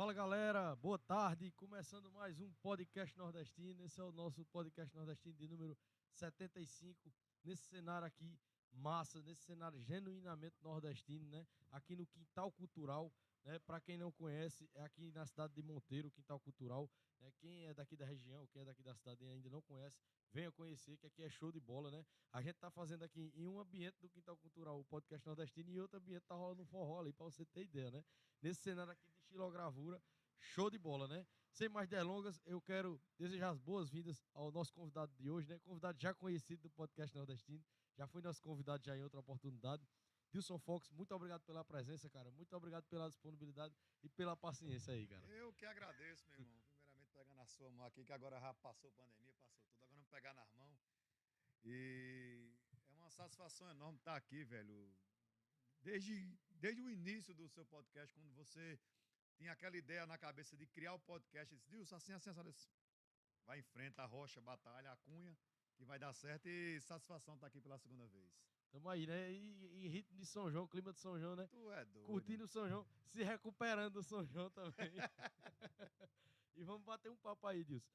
Fala galera, boa tarde, começando mais um podcast nordestino. Esse é o nosso podcast nordestino de número 75, nesse cenário aqui massa, nesse cenário genuinamente nordestino, né? Aqui no Quintal Cultural, né? Para quem não conhece, é aqui na cidade de Monteiro, Quintal Cultural, né? Quem é daqui da região, quem é daqui da cidade e ainda não conhece, venha conhecer, que aqui é show de bola, né? A gente tá fazendo aqui em um ambiente do Quintal Cultural o podcast nordestino e em outro ambiente tá rolando um forró ali, para você ter ideia, né? Nesse cenário aqui de estilogravura, show de bola, né? Sem mais delongas, eu quero desejar as boas-vindas ao nosso convidado de hoje, né? Convidado já conhecido do podcast nordestino, já foi nosso convidado já em outra oportunidade. Dilson Fox, muito obrigado pela presença, cara. Muito obrigado pela disponibilidade e pela paciência aí, cara. Eu que agradeço, meu irmão. Primeiramente, pegando a sua mão aqui, que agora já passou pandemia, passou tudo. Agora vamos pegar nas mãos. E é uma satisfação enorme estar aqui, velho. Desde o início do seu podcast, quando você tinha aquela ideia na cabeça de criar o podcast, eu disse, Dilson, assim, assim. Vai em frente, a rocha, batalha, a cunha, que vai dar certo. E satisfação estar aqui pela segunda vez. Tamo aí, né? E ritmo de São João, clima de São João, né? Tu é doido. Curtindo o São João, se recuperando do São João também. E vamos bater um papo aí, Dilson.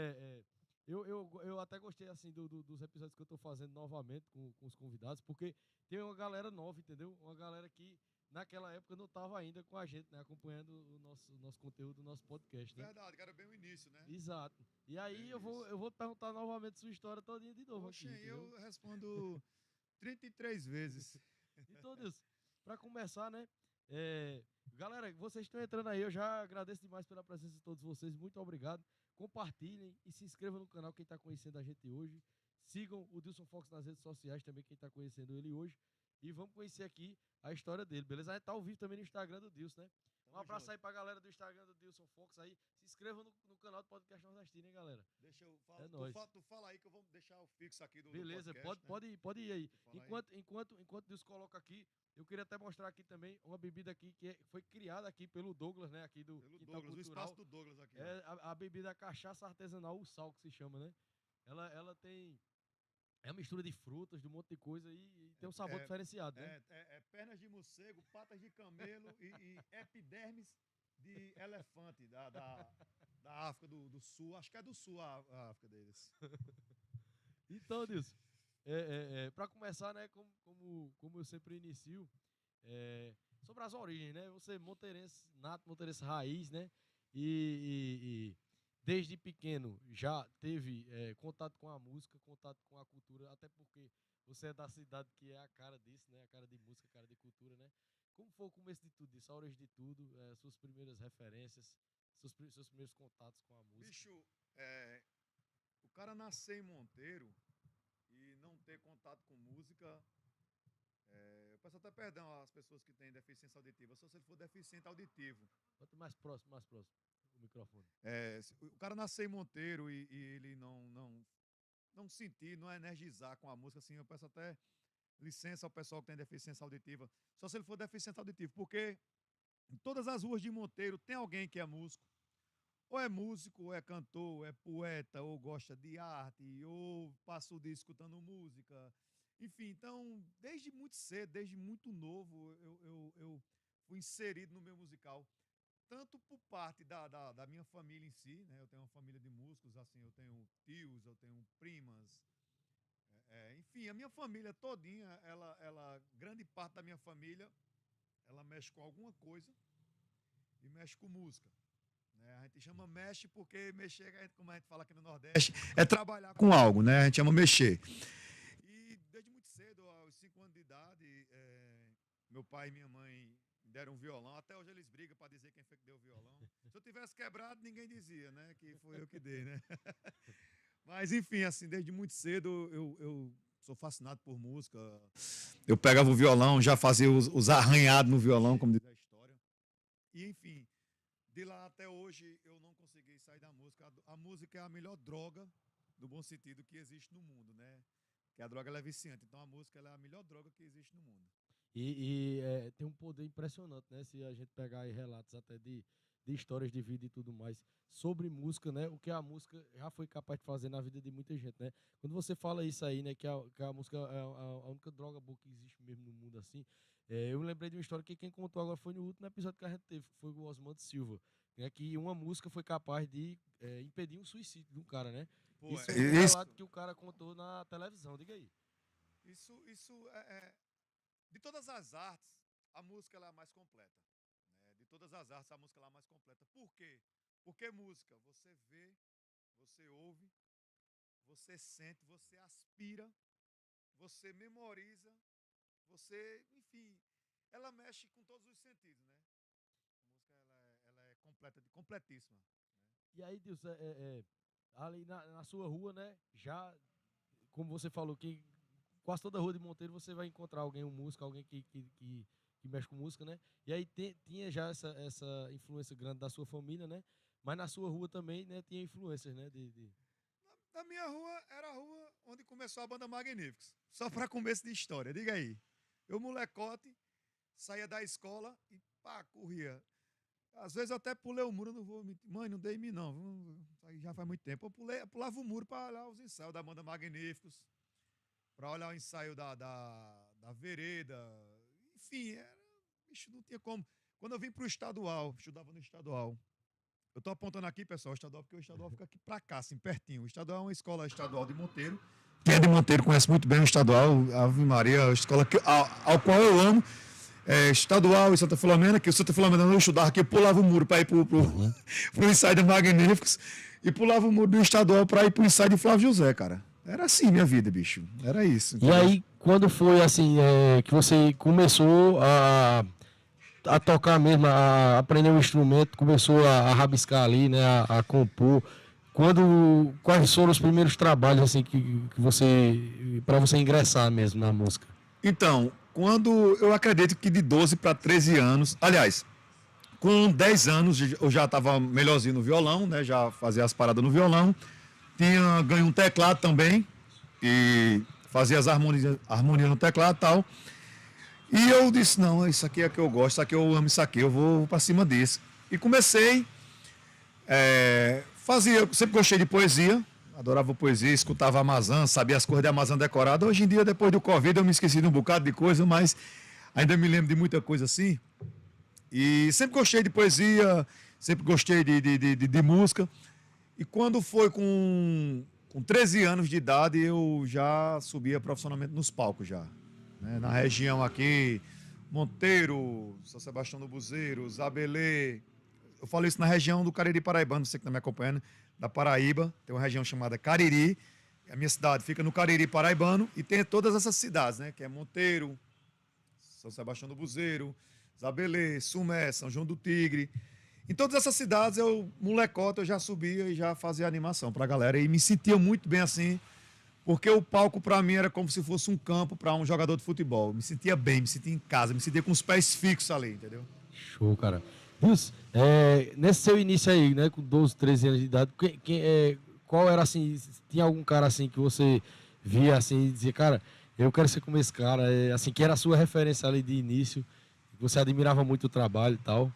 Eu até gostei assim dos episódios que eu tô fazendo novamente com os convidados, porque tem uma galera nova, entendeu? Uma galera que naquela época não tava ainda com a gente, né? Acompanhando o nosso conteúdo do nosso podcast, né? Verdade, cara, bem o início, né? Exato. E Bem aí o eu vou perguntar novamente sua história todinha de novo Oxe, aqui, entendeu? eu respondo 33 vezes. Então, Deus, para começar, né? Galera, vocês estão entrando aí, eu já agradeço demais pela presença de todos vocês, muito obrigado. Compartilhem e se inscrevam no canal quem está conhecendo a gente hoje. Sigam o Dilson Fox nas redes sociais também, quem está conhecendo ele hoje. E vamos conhecer aqui a história dele, beleza? A gente tá ao vivo também no Instagram do Dilson, né? Um Tamo abraço junto. aí pra galera do Instagram do Dilson Fox aí. Se inscrevam no canal do Podcast Nordestino, hein, galera? Deixa eu É falar. nóis. Tu fala aí que eu vou deixar o fixo aqui do Beleza, podcast, né? pode ir aí. Tu fala aí. Enquanto Deus coloca aqui, eu queria até mostrar aqui também uma bebida aqui foi criada aqui pelo Douglas, né? Aqui do Pelo Quintal Douglas, o espaço Cultural. do Douglas aqui, ó. É a bebida cachaça artesanal, o sal que se chama, né? Ela tem. É uma mistura de frutas, de um monte de coisa e tem um sabor É, diferenciado, né? é pernas de morcego, patas de camelo e epidermes de elefante da África do Sul. Acho que é do Sul a África deles. Então, Deus, para começar, né? Como eu sempre inicio, sobre as origens, né? Você é monteirense nato, monteirense raiz, né? E desde pequeno já teve contato com a música, contato com a cultura, até porque você é da cidade que é a cara disso, né? A cara de música, a cara de cultura, né? Como foi o começo de tudo isso, a origem de tudo, suas primeiras referências, seus primeiros contatos com a música? Bicho, é, o cara nascer em Monteiro e não ter contato com música. Eu peço até perdão às pessoas que têm deficiência auditiva, só se ele for deficiente auditivo. Quanto mais próximo o microfone. O cara nascer em Monteiro e ele não sentir, não energizar com a música, assim, eu peço até licença ao pessoal que tem deficiência auditiva, só se ele for deficiente auditivo, porque em todas as ruas de Monteiro tem alguém que é músico, ou é músico, ou é cantor, ou é poeta, ou gosta de arte, ou passa o dia escutando música. Enfim, então, desde muito cedo, desde muito novo, eu fui inserido no meio musical tanto por parte da minha família em si, né? Eu tenho uma família de músicos, assim, eu tenho tios, eu tenho primas, enfim, a minha família todinha, grande parte da minha família, ela mexe com alguma coisa e mexe com música. Né? A gente chama mexe porque mexer, como a gente fala aqui no Nordeste, é trabalhar com algo, né? A gente chama mexer. E desde muito cedo, aos 5 anos de idade, meu pai e minha mãe deram um violão. Até hoje eles brigam para dizer quem foi que deu o violão. Se eu tivesse quebrado, ninguém dizia, né? Que foi eu que dei, né? Mas, enfim, assim, desde muito cedo eu sou fascinado por música. Eu pegava o violão, já fazia os arranhados no violão, como diz a história. E, enfim, de lá até hoje eu não consegui sair da música. A música é a melhor droga, no bom sentido, que existe no mundo, né? Que a droga ela é viciante. Então a música ela é a melhor droga que existe no mundo. Tem um poder impressionante, né? Se a gente pegar aí relatos até de histórias de vida e tudo mais sobre música, né? O que a música já foi capaz de fazer na vida de muita gente, né? Quando você fala isso aí, né? Que a música é a única droga boa que existe mesmo no mundo, assim. Eu me lembrei de uma história que quem contou agora foi no último episódio que a gente teve, que foi o Osmando Silva. né, que uma música foi capaz de impedir um suicídio de um cara, né? Pô, Isso é um relato que o cara contou na televisão, diga aí. De todas as artes, a música ela é a mais completa. Né? De todas as artes, a música ela é a mais completa. Por quê? Porque música, você vê, você ouve, você sente, você aspira, você memoriza, você, enfim, ela mexe com todos os sentidos, né? A música ela é completa, completíssima. E aí, Deus, ali na sua rua, né? Já, como você falou, que quase toda rua de Monteiro você vai encontrar alguém, um músico, alguém que mexe com música, né? E aí tinha já essa influência grande da sua família, né? Mas na sua rua também, né, tinha influências, né? Na minha rua era a rua onde começou a banda Magníficos. Só para começo de história, diga aí. Eu, molecote, saía da escola e pá, corria. Às vezes eu até pulei o muro, não vou mentir. Mãe, não dei em mim, não. Isso aí já faz muito tempo. Eu pulava o muro para olhar os ensaios da banda Magníficos, para olhar o ensaio da Vereda. Enfim, bicho, não tinha como. Quando eu vim pro estadual, estudava no estadual. Eu tô apontando aqui, pessoal, o estadual, porque o estadual fica aqui pra cá, assim, pertinho. O estadual é uma escola estadual de Monteiro. Quem é de Monteiro conhece muito bem o estadual, Ave Maria, a escola ao qual eu amo. Estadual em Santa Filomena, que o Santa Filomena não estudava aqui, eu pulava o muro para ir pro ensaio de Magníficos e pulava o muro do estadual para ir pro ensaio de Flávio José, cara. Era assim minha vida, bicho. Era isso. Entendeu? E aí, quando foi assim, que você começou a tocar mesmo, a aprender um instrumento, começou a rabiscar ali, né, a compor. Quais foram os primeiros trabalhos assim que você para você ingressar mesmo na música? Então, eu acredito que de 12 para 13 anos, aliás, com 10 anos eu já estava melhorzinho no violão, né, já fazia as paradas no violão. Tinha ganho um teclado também e fazia as harmonias no teclado e tal. E eu disse, não, isso aqui é que eu gosto, isso aqui eu amo, isso aqui, eu vou para cima disso. E comecei, sempre gostei de poesia, adorava poesia, escutava Amazon, sabia as coisas de Amazon decorada. Hoje em dia, depois do Covid, eu me esqueci de um bocado de coisa, mas ainda me lembro de muita coisa assim. E sempre gostei de poesia, sempre gostei de música. E quando foi com 13 anos de idade, eu já subia profissionalmente nos palcos já. Né? Na região aqui, Monteiro, São Sebastião do Buzeiro, Zabelê. Eu falo isso na região do Cariri Paraibano, você que está me acompanhando, da Paraíba. Tem uma região chamada Cariri. A minha cidade fica no Cariri Paraibano e tem todas essas cidades, né? Que é Monteiro, São Sebastião do Buzeiro, Zabelê, Sumé, São João do Tigre. Em todas essas cidades, molecote, eu já subia e já fazia animação pra galera. E me sentia muito bem assim, porque o palco pra mim era como se fosse um campo pra um jogador de futebol. Me sentia bem, me sentia em casa, me sentia com os pés fixos ali, entendeu? Show, cara. Deus, nesse seu início aí, né, com 12, 13 anos de idade, qual era assim, tinha algum cara assim que você via assim e dizia, cara, eu quero ser como esse cara, assim, que era a sua referência ali de início, você admirava muito o trabalho e tal?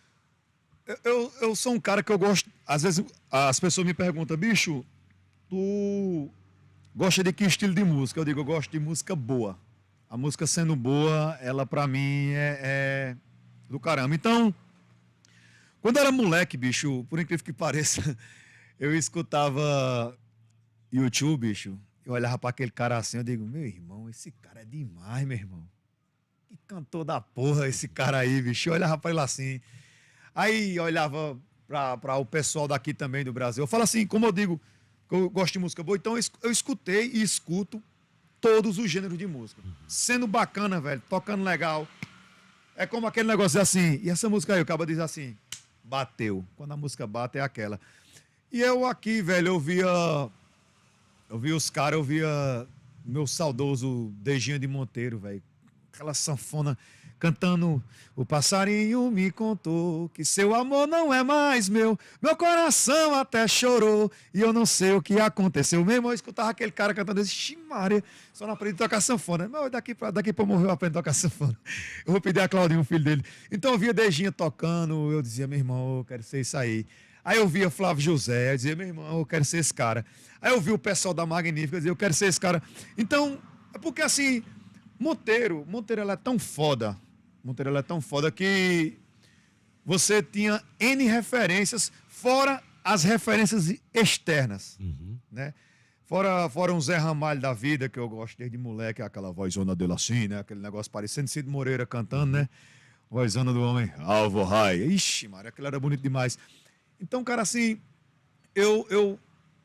Eu sou um cara que eu gosto. Às vezes as pessoas me perguntam, bicho, tu gosta de que estilo de música? Eu digo, eu gosto de música boa. A música sendo boa, ela pra mim é do caramba. Então, quando eu era moleque, bicho, por incrível que pareça, eu escutava YouTube, bicho. Eu olhava pra aquele cara assim, eu digo, meu irmão, esse cara é demais, meu irmão. Que cantor da porra esse cara aí, bicho. Eu olhava pra ele assim. Aí olhava para o pessoal daqui também do Brasil. Eu falo assim, como eu digo, que eu gosto de música boa, então eu escutei e escuto todos os gêneros de música. Sendo bacana, velho, tocando legal. É como aquele negócio assim, e essa música aí, o cara diz assim, bateu. Quando a música bate, é aquela. E eu aqui, velho, eu via os caras, eu via meu saudoso Dejinho de Monteiro, velho. Aquela sanfona cantando, o passarinho me contou que seu amor não é mais meu coração até chorou e eu não sei o que aconteceu. Mesmo eu escutava aquele cara cantando esse Ximaria, só não aprendi a tocar sanfona. Mas daqui pra morrer eu aprendo a tocar sanfona. Eu vou pedir a Claudinho, o filho dele. Então eu via Dejinha tocando, eu dizia, meu irmão, eu quero ser isso aí. Aí eu via Flávio José, eu dizia, meu irmão, eu quero ser esse cara. Aí eu via o pessoal da Magnífica, eu dizia, eu quero ser esse cara. Então, é porque assim, Monteiro ela é tão foda. Monteiro ela é tão foda que você tinha N referências, fora as referências externas, né? Fora um Zé Ramalho da vida, que eu gosto desde moleque, aquela vozona dele assim, né? Aquele negócio parecendo Cid Moreira cantando, né? Vozona do homem, Alvo Rai. Ixi, Maria, aquilo era bonito demais. Então, cara, assim, eu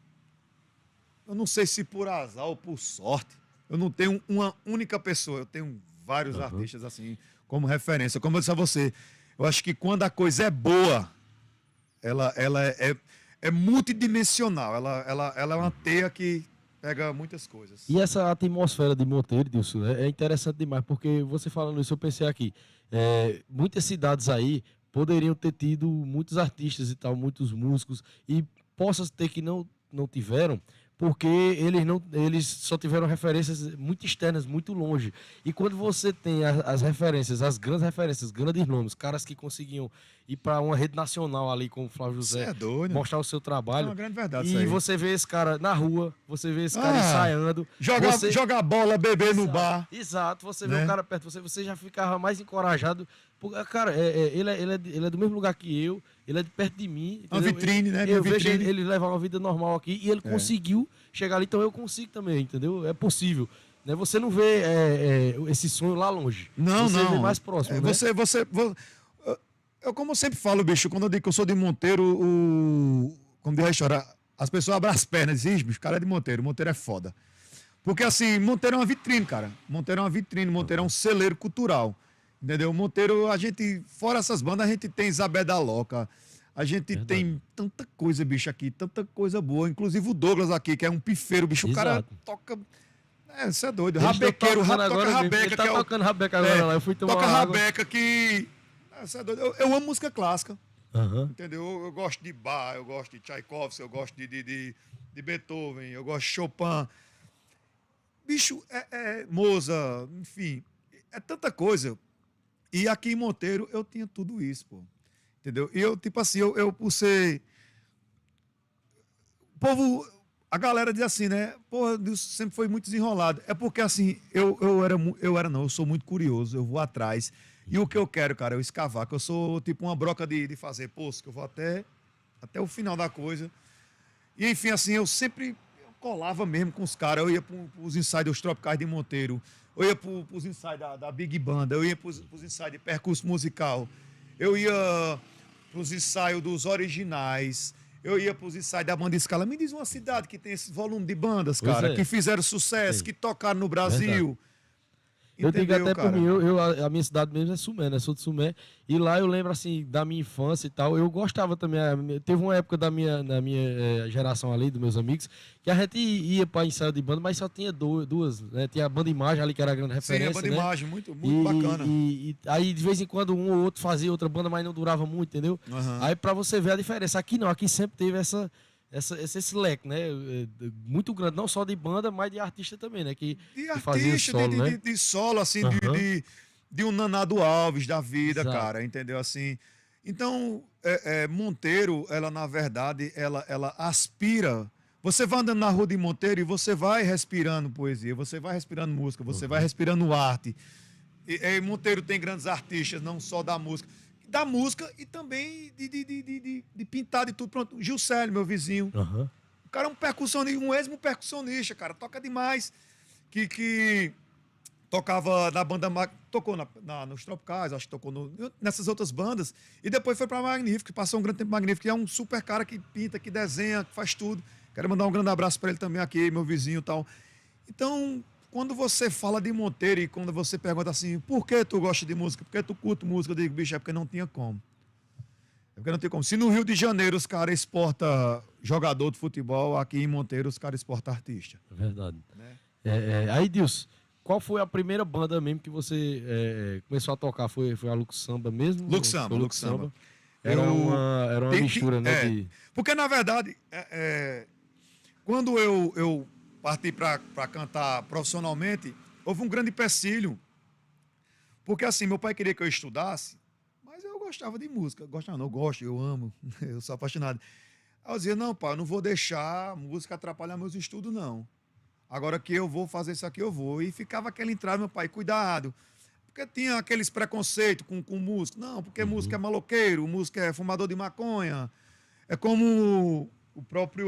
não sei se por azar ou por sorte, eu não tenho uma única pessoa, eu tenho vários artistas, assim, como referência. Como eu disse a você, eu acho que quando a coisa é boa, ela é multidimensional, ela é uma teia que pega muitas coisas. E essa atmosfera de Monteiro, Dilson, é interessante demais, porque você falando isso, eu pensei aqui, muitas cidades aí poderiam ter tido muitos artistas e tal, muitos músicos, e possa ter que não tiveram, porque eles só tiveram referências muito externas, muito longe. E quando você tem as referências, as grandes nomes, caras que conseguiam ir para uma rede nacional ali com o Flávio José, mostrar o seu trabalho. É uma grande verdade, e você vê esse cara na rua, você vê esse cara ensaiando. Jogar bola, beber no bar. Exato, você vê o cara perto, você já ficava mais encorajado. Porque, cara, ele é do mesmo lugar que eu, ele é de perto de mim. Uma vitrine, né? Eu vejo ele levar uma vida normal aqui e ele conseguiu chegar ali, então eu consigo também, entendeu? É possível. Né? Você não vê esse sonho lá longe. Você vê mais próximo. Né? Eu, como eu sempre falo, bicho, quando eu digo que eu sou de Monteiro, como de restaurar, as pessoas abrem as pernas e dizem, bicho, o cara é de Monteiro é foda. Porque assim, Monteiro é uma vitrine, cara. Monteiro é uma vitrine, Monteiro é um celeiro cultural. Entendeu? Monteiro, a gente, fora essas bandas, a gente tem Isabel da Loca, a gente tem tanta coisa, bicho, aqui, tanta coisa boa. Inclusive o Douglas aqui, que é um pifeiro, bicho, o cara toca. Isso é doido. Rabequeiro, toca rabeca. Ele tá tocando rabeca agora lá, eu fui tomar toca água. Rabeca que. Isso é doido. Eu amo música clássica. Entendeu? Eu gosto de Bach, eu gosto de Tchaikovsky, eu gosto de Beethoven, eu gosto de Chopin. Bicho, Mozart, enfim, é tanta coisa. E aqui em Monteiro eu tinha tudo isso, pô. Entendeu? E eu, tipo assim, eu por ser. O povo. A galera diz assim, né? Porra, Deus sempre foi muito desenrolado. É porque, assim, eu sou muito curioso, eu vou atrás. E o que eu quero, cara, é eu escavar, que eu sou tipo uma broca de fazer poço, que eu vou até o final da coisa. E, enfim, assim, eu colava mesmo com os caras. Eu ia para os ensaios dos Tropicais de Monteiro. Eu ia para os ensaios da Big Banda. Eu ia para os ensaios de percurso musical. Eu ia para os ensaios dos originais. Eu ia para os ensaios da Banda Escala. Me diz uma cidade que tem esse volume de bandas, cara, que fizeram sucesso, que tocaram no Brasil. Eu digo até por mim, a minha cidade mesmo é Sumé, né? Sou de Sumé. E lá eu lembro, assim, da minha infância e tal. Eu gostava também. Teve uma época da minha geração ali, dos meus amigos, que a gente ia para ensaio de banda, mas só tinha duas, né? Tinha a Banda Imagem ali, que era a grande referência. Sim, a Banda Imagem, muito bacana. E aí, de vez em quando, um ou outro fazia outra banda, mas não durava muito, entendeu? Aí, para você ver a diferença. Aqui não, aqui sempre teve esse leque, né? Muito grande, não só de banda, mas de artista também, né? Que fazia solo, né? De solo, assim, de um Nanado Alves da vida, cara, entendeu? Assim, então, Monteiro, ela, na verdade, ela aspira. Você vai andando na rua de Monteiro e você vai respirando poesia, você vai respirando música, você vai respirando arte. E Monteiro tem grandes artistas, não só da música e também de pintar de tudo. Pronto, Gilcélio, meu vizinho. O cara é um percussionista, um ex-percussionista, cara, toca demais. Que tocava na banda, tocou nos Tropicais, acho que tocou nessas outras bandas, e depois foi pra Magnífico, passou um grande tempo Magnífico, que é um super cara que pinta, que desenha, que faz tudo. Quero mandar um grande abraço para ele também aqui, meu vizinho e tal. Então, quando você fala de Monteiro e quando você pergunta assim, por que tu gosta de música? Por que tu curte música? Eu digo, bicho, é porque não tinha como. É porque não tinha como. Se no Rio de Janeiro os caras exportam jogador de futebol, aqui em Monteiro os caras exportam artista. É verdade. Né? Aí, Dilson, qual foi a primeira banda mesmo que você começou a tocar? Foi a Lux Samba mesmo? Lux Samba. Era uma mistura, né? Porque, na verdade, quando eu parti para cantar profissionalmente, houve um grande empecilho. Porque assim, meu pai queria que eu estudasse, mas eu gostava de música. Eu gosto, eu amo, eu sou apaixonado. Aí eu dizia, não, pai, eu não vou deixar a música atrapalhar meus estudos, não. Agora que eu vou fazer isso aqui, eu vou. E ficava aquela entrada, meu pai, cuidado. Porque tinha aqueles preconceitos com músico. Não, porque músico é maloqueiro, músico é fumador de maconha. É como o próprio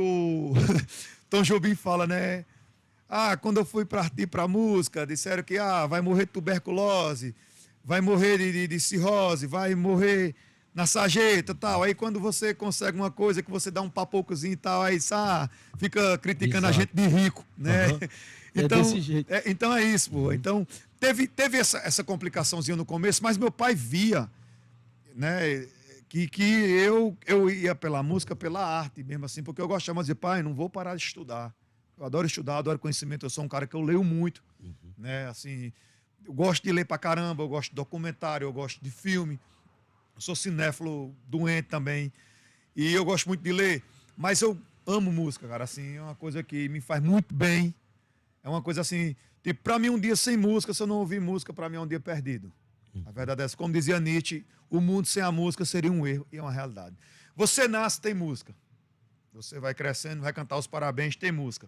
Tom Jobim fala, né? Ah, quando eu fui partir para música, disseram que vai morrer de tuberculose, vai morrer de cirrose, vai morrer na sarjeta e tal. Aí quando você consegue uma coisa que você dá um papoucozinho e tal, aí fica criticando a gente de rico, né? Então, desse jeito. Então é isso, pô. Então teve essa complicaçãozinha no começo, mas meu pai via, né? Que eu ia pela música, pela arte mesmo assim, porque eu gostava de dizer, pai, não vou parar de estudar. Eu adoro estudar, adoro conhecimento, eu sou um cara que eu leio muito, né? Assim, eu gosto de ler pra caramba, eu gosto de documentário, eu gosto de filme. Eu sou cinéfilo doente também. E eu gosto muito de ler, mas eu amo música, cara, assim, é uma coisa que me faz muito bem. É uma coisa assim, tipo, pra mim um dia sem música, se eu não ouvir música, pra mim é um dia perdido. A verdade é essa. Como dizia Nietzsche, o mundo sem a música seria um erro e é uma realidade. Você nasce, tem música. Você vai crescendo, vai cantar os parabéns, tem música.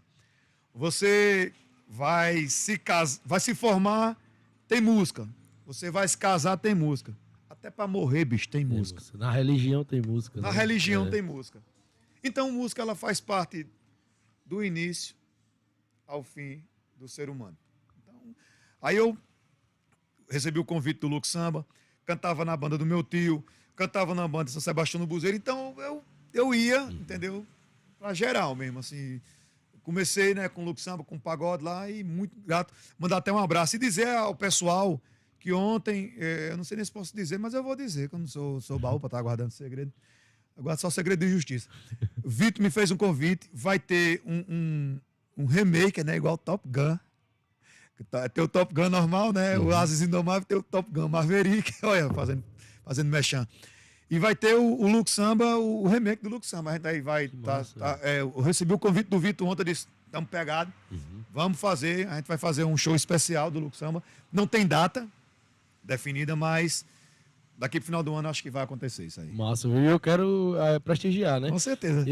Você vai se formar, tem música. Você vai se casar, tem música. Até para morrer, bicho, tem música. Na religião tem música. Na religião tem música. Então, música, ela faz parte do início ao fim do ser humano. Então, aí eu recebi o convite do Lux Samba, cantava na banda do meu tio, cantava na banda de São Sebastião do Buzeiro, então eu ia, entendeu? Pra geral mesmo, assim. Comecei, né, com o Lux Samba, com o pagode lá, e muito grato. Mandar até um abraço e dizer ao pessoal que ontem, eu não sei nem se posso dizer, mas eu vou dizer, que eu não sou baú para estar guardando segredo. Agora só segredo de justiça. Vitor me fez um convite, vai ter um remake, né, igual Top Gun. Tem o Top Gun normal, né? O Asas Indomável, tem o Top Gun Maverick, olha, fazendo mechan. E vai ter o Lux Samba, o remake do Lux Samba. A gente aí vai. Eu recebi o convite do Vitor ontem, disse: estamos pegados, vamos fazer. A gente vai fazer um show especial do Lux Samba. Não tem data definida, mas daqui pro final do ano acho que vai acontecer isso aí. Massa, viu? Eu quero prestigiar, né? Com certeza.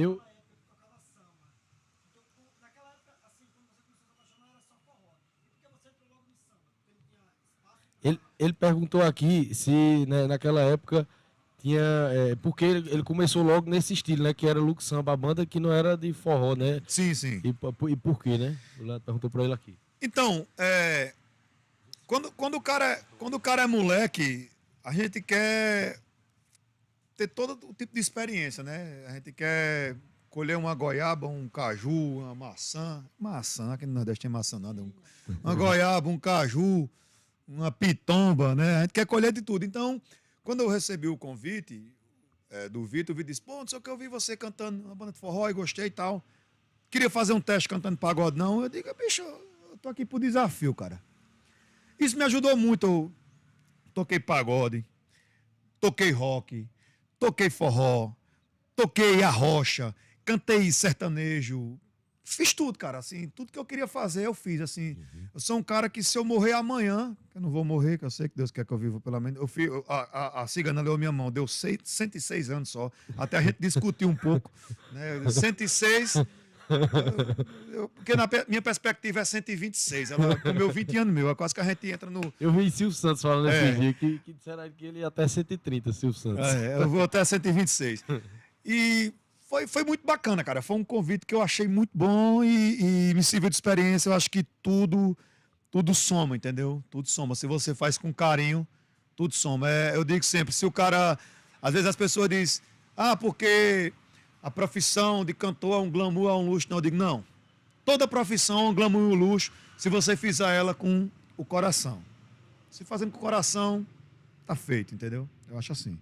Ele perguntou aqui se, né, naquela época tinha. Porque ele começou logo nesse estilo, né? Que era Lux Samba, a banda que não era de forró, né? Sim, sim. E por quê, né? O Leandro perguntou pra ele aqui. Então, quando o cara é moleque, a gente quer ter todo o tipo de experiência, né? A gente quer colher uma goiaba, um caju, uma maçã. Maçã, aqui no Nordeste tem maçã nada. Uma goiaba, um caju, uma pitomba, né? A gente quer colher de tudo. Então, quando eu recebi o convite do Vitor, o Vitor disse, pô, não sei o que, eu vi você cantando uma banda de forró e gostei e tal. Queria fazer um teste cantando pagode, não. Eu digo, bicho, eu tô aqui pro desafio, cara. Isso me ajudou muito. Eu toquei pagode, toquei rock, toquei forró, toquei arrocha, cantei sertanejo. Fiz tudo, cara, assim, tudo que eu queria fazer eu fiz, assim. Eu sou um cara que se eu morrer amanhã, que eu não vou morrer, que eu sei que Deus quer que eu viva pelo menos, a cigana leu minha mão, deu 106 anos só, até a gente discutiu um pouco, né, 106, porque na minha perspectiva é 126, ela comeu 20 anos meu, é quase que a gente entra no... Eu vi Silvio Santos falando nesse dia, que disseram que ele ia até 130, Silvio Santos. Eu vou até 126. E... Foi muito bacana, cara. Foi um convite que eu achei muito bom e me serviu de experiência. Eu acho que tudo soma, entendeu? Tudo soma. Se você faz com carinho, tudo soma. Eu digo sempre, se o cara... Às vezes as pessoas dizem, porque a profissão de cantor é um glamour, é um luxo. Não, eu digo, não. Toda profissão é um glamour e um luxo se você fizer ela com o coração. Se fazendo com o coração, tá feito, entendeu? Eu acho assim.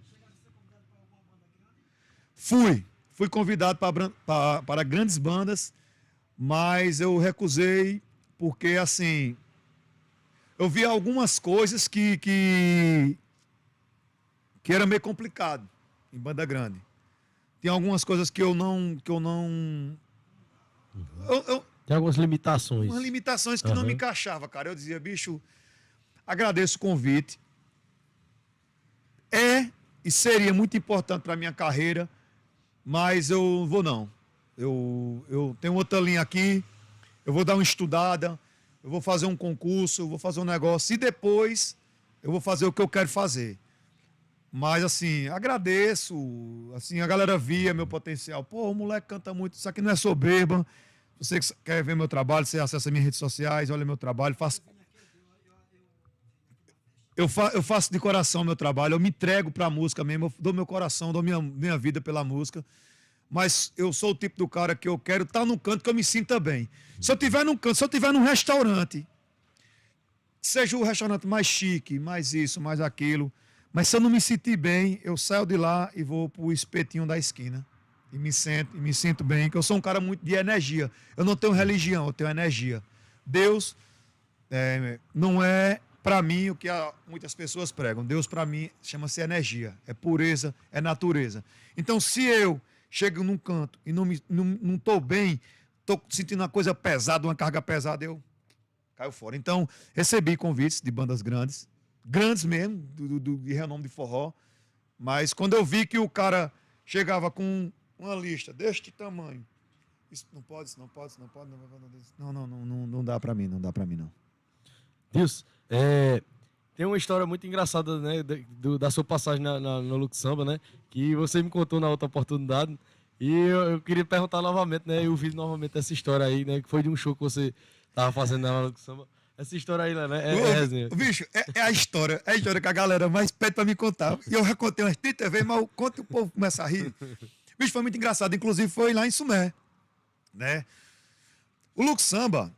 Fui convidado para grandes bandas, mas eu recusei porque, assim, eu vi algumas coisas que era meio complicado em banda grande. Tem algumas coisas que eu não... Tem algumas limitações. Umas limitações que não me encaixavam, cara. Eu dizia, bicho, agradeço o convite. E seria muito importante para a minha carreira, mas eu vou não. Eu tenho outra linha aqui, eu vou dar uma estudada, eu vou fazer um concurso, eu vou fazer um negócio. E depois eu vou fazer o que eu quero fazer. Mas, assim, agradeço. Assim, a galera via meu potencial. Pô, o moleque canta muito. Isso aqui não é soberba. Você que quer ver meu trabalho, você acessa minhas redes sociais, olha meu trabalho. Eu faço de coração meu trabalho. Eu me entrego pra música mesmo. Eu dou meu coração, dou minha vida pela música. Mas eu sou o tipo do cara que eu quero estar num canto que eu me sinta bem. Se eu tiver num canto, se eu tiver num restaurante, seja o restaurante mais chique, mais isso, mais aquilo, mas se eu não me sentir bem, eu saio de lá e vou pro espetinho da esquina. E me sinto bem, que eu sou um cara muito de energia. Eu não tenho religião, eu tenho energia. Deus não é para mim o que muitas pessoas pregam. Deus para mim chama-se energia, é pureza, é natureza. Então, se eu chego num canto e não tô bem, tô sentindo uma coisa pesada, uma carga pesada, eu caio fora. Então, recebi convites de bandas grandes mesmo, de renome de forró, mas quando eu vi que o cara chegava com uma lista deste tamanho, isso não pode, não dá pra mim, não. Deus, tem uma história muito engraçada, né, da sua passagem no Lux Samba, né, que você me contou na outra oportunidade, e eu queria perguntar novamente, né, eu vi novamente essa história aí, né, que foi de um show que você tava fazendo na Lux Samba. Essa história aí, né? É resenha. Bicho, é a história que a galera mais pede pra me contar. E eu já contei umas 30 vezes, mas eu conto e o povo começa a rir. Bicho, foi muito engraçado. Inclusive, foi lá em Sumé, né? O Lux Samba,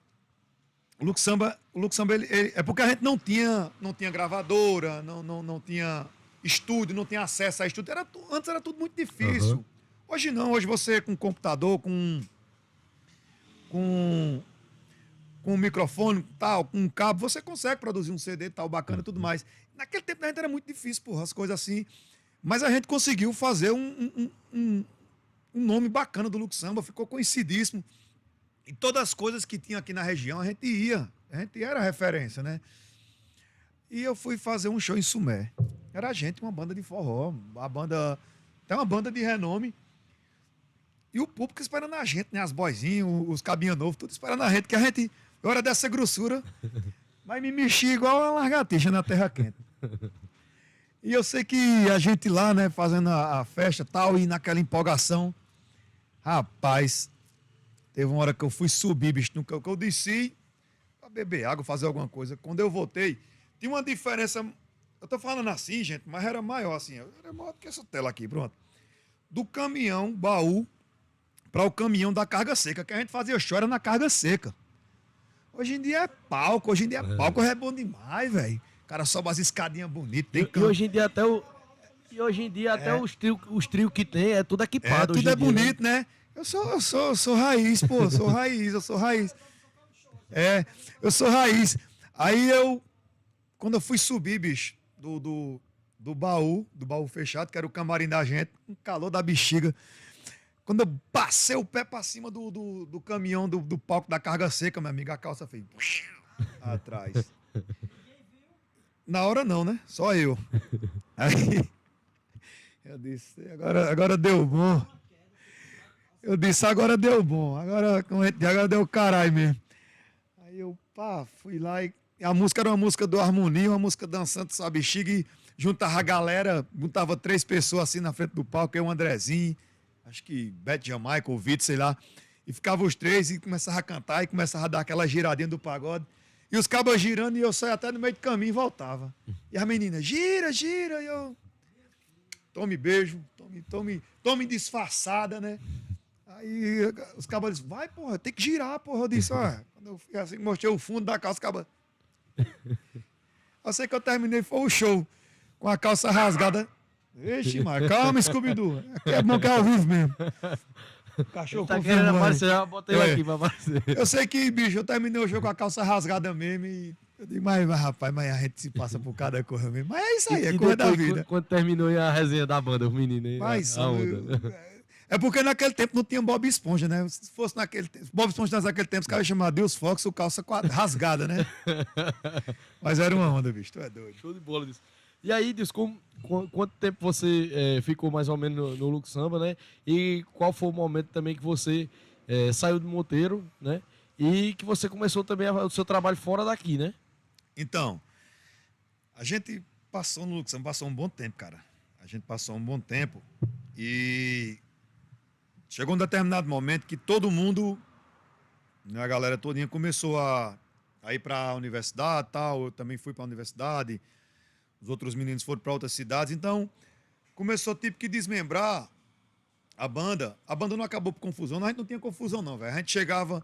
ele, é porque a gente não tinha gravadora, não tinha estúdio, não tinha acesso a estúdio. Antes era tudo muito difícil. Uhum. Hoje não, hoje você com computador, com um microfone, tal, com um cabo, você consegue produzir um CD tal, bacana e tudo mais. Naquele tempo a gente era muito difícil, porra, as coisas assim. Mas a gente conseguiu fazer um nome bacana do Lux Samba, ficou conhecidíssimo. E todas as coisas que tinha aqui na região, a gente era referência, né? E eu fui fazer um show em Sumé. Era a gente, uma banda de forró, até uma banda de renome. E o público esperando a gente, né? As boizinhas, os cabinhos novos, tudo esperando a gente, que a gente, eu era dessa grossura, mas me mexi igual uma lagartixa na terra quente. E eu sei que a gente lá, né, fazendo a festa e tal, e naquela empolgação, rapaz, teve uma hora que eu fui subir, bicho, que eu desci pra beber água, fazer alguma coisa. Quando eu voltei, tinha uma diferença, eu tô falando assim, gente, mas era maior assim, era maior do que essa tela aqui, pronto. Do caminhão, baú, para o caminhão da carga seca, que a gente fazia show era na carga seca. Hoje em dia é palco, é bom demais, velho. O cara sobe as escadinhas bonitas. E hoje em dia até os trios que tem é tudo equipado. Tudo é bonito, né? Eu sou raiz, pô, eu sou raiz. Eu sou raiz. Aí quando eu fui subir, bicho, do baú fechado, que era o camarim da gente, um calor da bexiga. Quando eu passei o pé pra cima do caminhão, do palco da carga seca, meu amigo, a calça fez atrás. Na hora não, né? Só eu. Aí eu disse, agora deu bom. Eu disse, agora deu bom. Agora deu caralho mesmo. Aí eu, fui lá e a música era uma música do Harmonia, uma música dançante, sabe, bexiga, e juntava a galera, juntava 3 pessoas assim na frente do palco, eu, o Andrezinho, acho que Beto Jamaica, ou Vitor, sei lá, e ficava os 3 e começava a cantar e começava a dar aquela giradinha do pagode. E os cabos girando e eu saía até no meio do caminho e voltava. E as meninas, gira, e eu... Tome beijo, tome disfarçada, né? Aí os cabos disseram, vai, porra, tem que girar, porra. Eu disse, quando eu fui assim, mostrei o fundo da calça, os cabos... Eu sei que eu terminei, foi o show, com a calça rasgada. Ixi, mas calma, Scooby-Doo. Aqui é bom que é ao vivo mesmo. O cachorro tá querendo aparecer, já botei aqui pra aparecer. Eu sei que, bicho, eu terminei o jogo com a calça rasgada mesmo e eu digo, mas rapaz, mas a gente se passa por cada coisa mesmo. Mas é isso aí, é coisa da vida. Quando terminou a resenha da banda, os meninos aí, mas, é porque naquele tempo não tinha Bob Esponja, né? Se fosse naquele tempo, Bob Esponja naquele tempo, os caras chamavam Deus Fox, o calça rasgada, né? Mas era uma onda, bicho, tu é doido. Show de bola disso. E aí, Deus, quanto tempo você ficou mais ou menos no Lux Samba, né? E qual foi o momento também que você saiu do Monteiro, né? E que você começou também o seu trabalho fora daqui, né? Então, A gente passou no Luxemburgo, passou um bom tempo, cara. A gente passou um bom tempo e chegou um determinado momento que todo mundo, né, a galera todinha começou a ir para a universidade e tal. Eu também fui para a universidade, os outros meninos foram para outras cidades. Então, começou tipo que desmembrar a banda. A banda não acabou por confusão, a gente não tinha confusão não, velho. A gente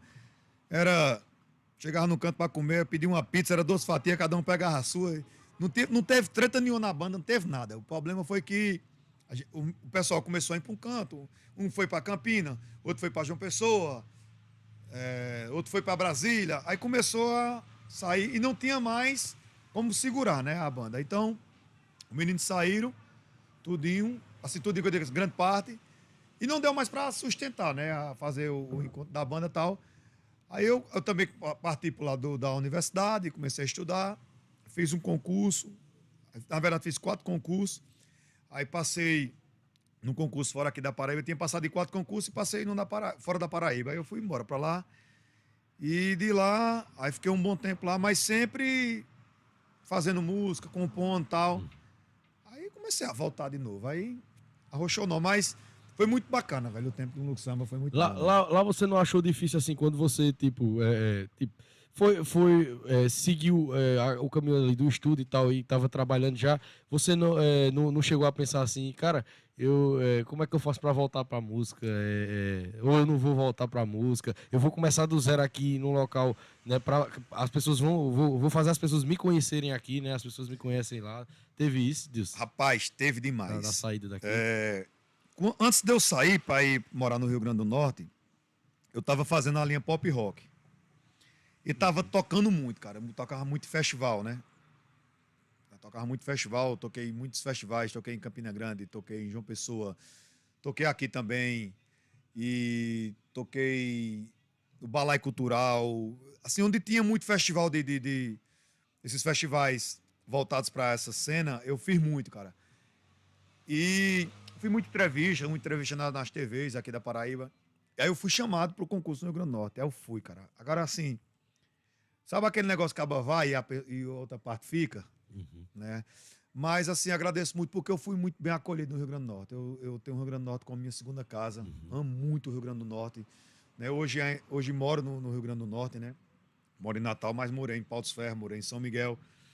chegava no canto para comer, pedia uma pizza, era 2 fatias, cada um pegava a sua. Não teve treta nenhuma na banda, não teve nada. O problema foi que o pessoal começou a ir para um canto. Um foi para Campina, outro foi para João Pessoa, outro foi para Brasília. Aí começou a sair e não tinha mais como segurar, né, a banda. Então, os meninos saíram, tudinho, assim, tudinho que eu digo, grande parte, e não deu mais para sustentar, né, a fazer o encontro da banda e tal. Aí eu também parti para o lado da universidade, comecei a estudar, fiz um concurso, na verdade fiz 4 concursos, aí passei num concurso fora aqui da Paraíba, eu tinha passado em 4 concursos e passei num fora da Paraíba, aí eu fui embora para lá, e de lá, aí fiquei um bom tempo lá, mas sempre fazendo música, compondo e tal. Aí comecei a voltar de novo, aí arrochou não, mas foi muito bacana, velho, o tempo do Luxamba foi muito bom. Lá você não achou difícil assim, quando você, tipo, seguiu o caminho ali do estudo e tal, e tava trabalhando já, você não chegou a pensar assim, cara, como é que eu faço para voltar pra música? Ou eu não vou voltar pra música, eu vou começar do zero aqui num local, né, as pessoas vou fazer as pessoas me conhecerem aqui, né, as pessoas me conhecem lá. Teve isso, Deus? Rapaz, teve demais. Na saída daqui. Antes de eu sair para ir morar no Rio Grande do Norte, eu tava fazendo a linha pop rock. E tava tocando muito, cara. Eu tocava muito festival, né? Eu tocava muito festival, toquei em muitos festivais, toquei em Campina Grande, toquei em João Pessoa, toquei aqui também. E toquei no Balai Cultural, assim, onde tinha muito festival esses festivais voltados para essa cena, eu fiz muito, cara. E fui muita entrevista nas TVs aqui da Paraíba. E aí eu fui chamado pro concurso no Rio Grande do Norte. Aí eu fui, cara. Agora, assim, sabe aquele negócio que acaba vai e a outra parte fica? Uhum. Né? Mas, assim, agradeço muito porque eu fui muito bem acolhido no Rio Grande do Norte. Eu tenho o Rio Grande do Norte como minha segunda casa. Amo muito o Rio Grande do Norte. Né? Hoje moro no Rio Grande do Norte, né? Moro em Natal, mas morei em Paus Ferros, morei em São Miguel.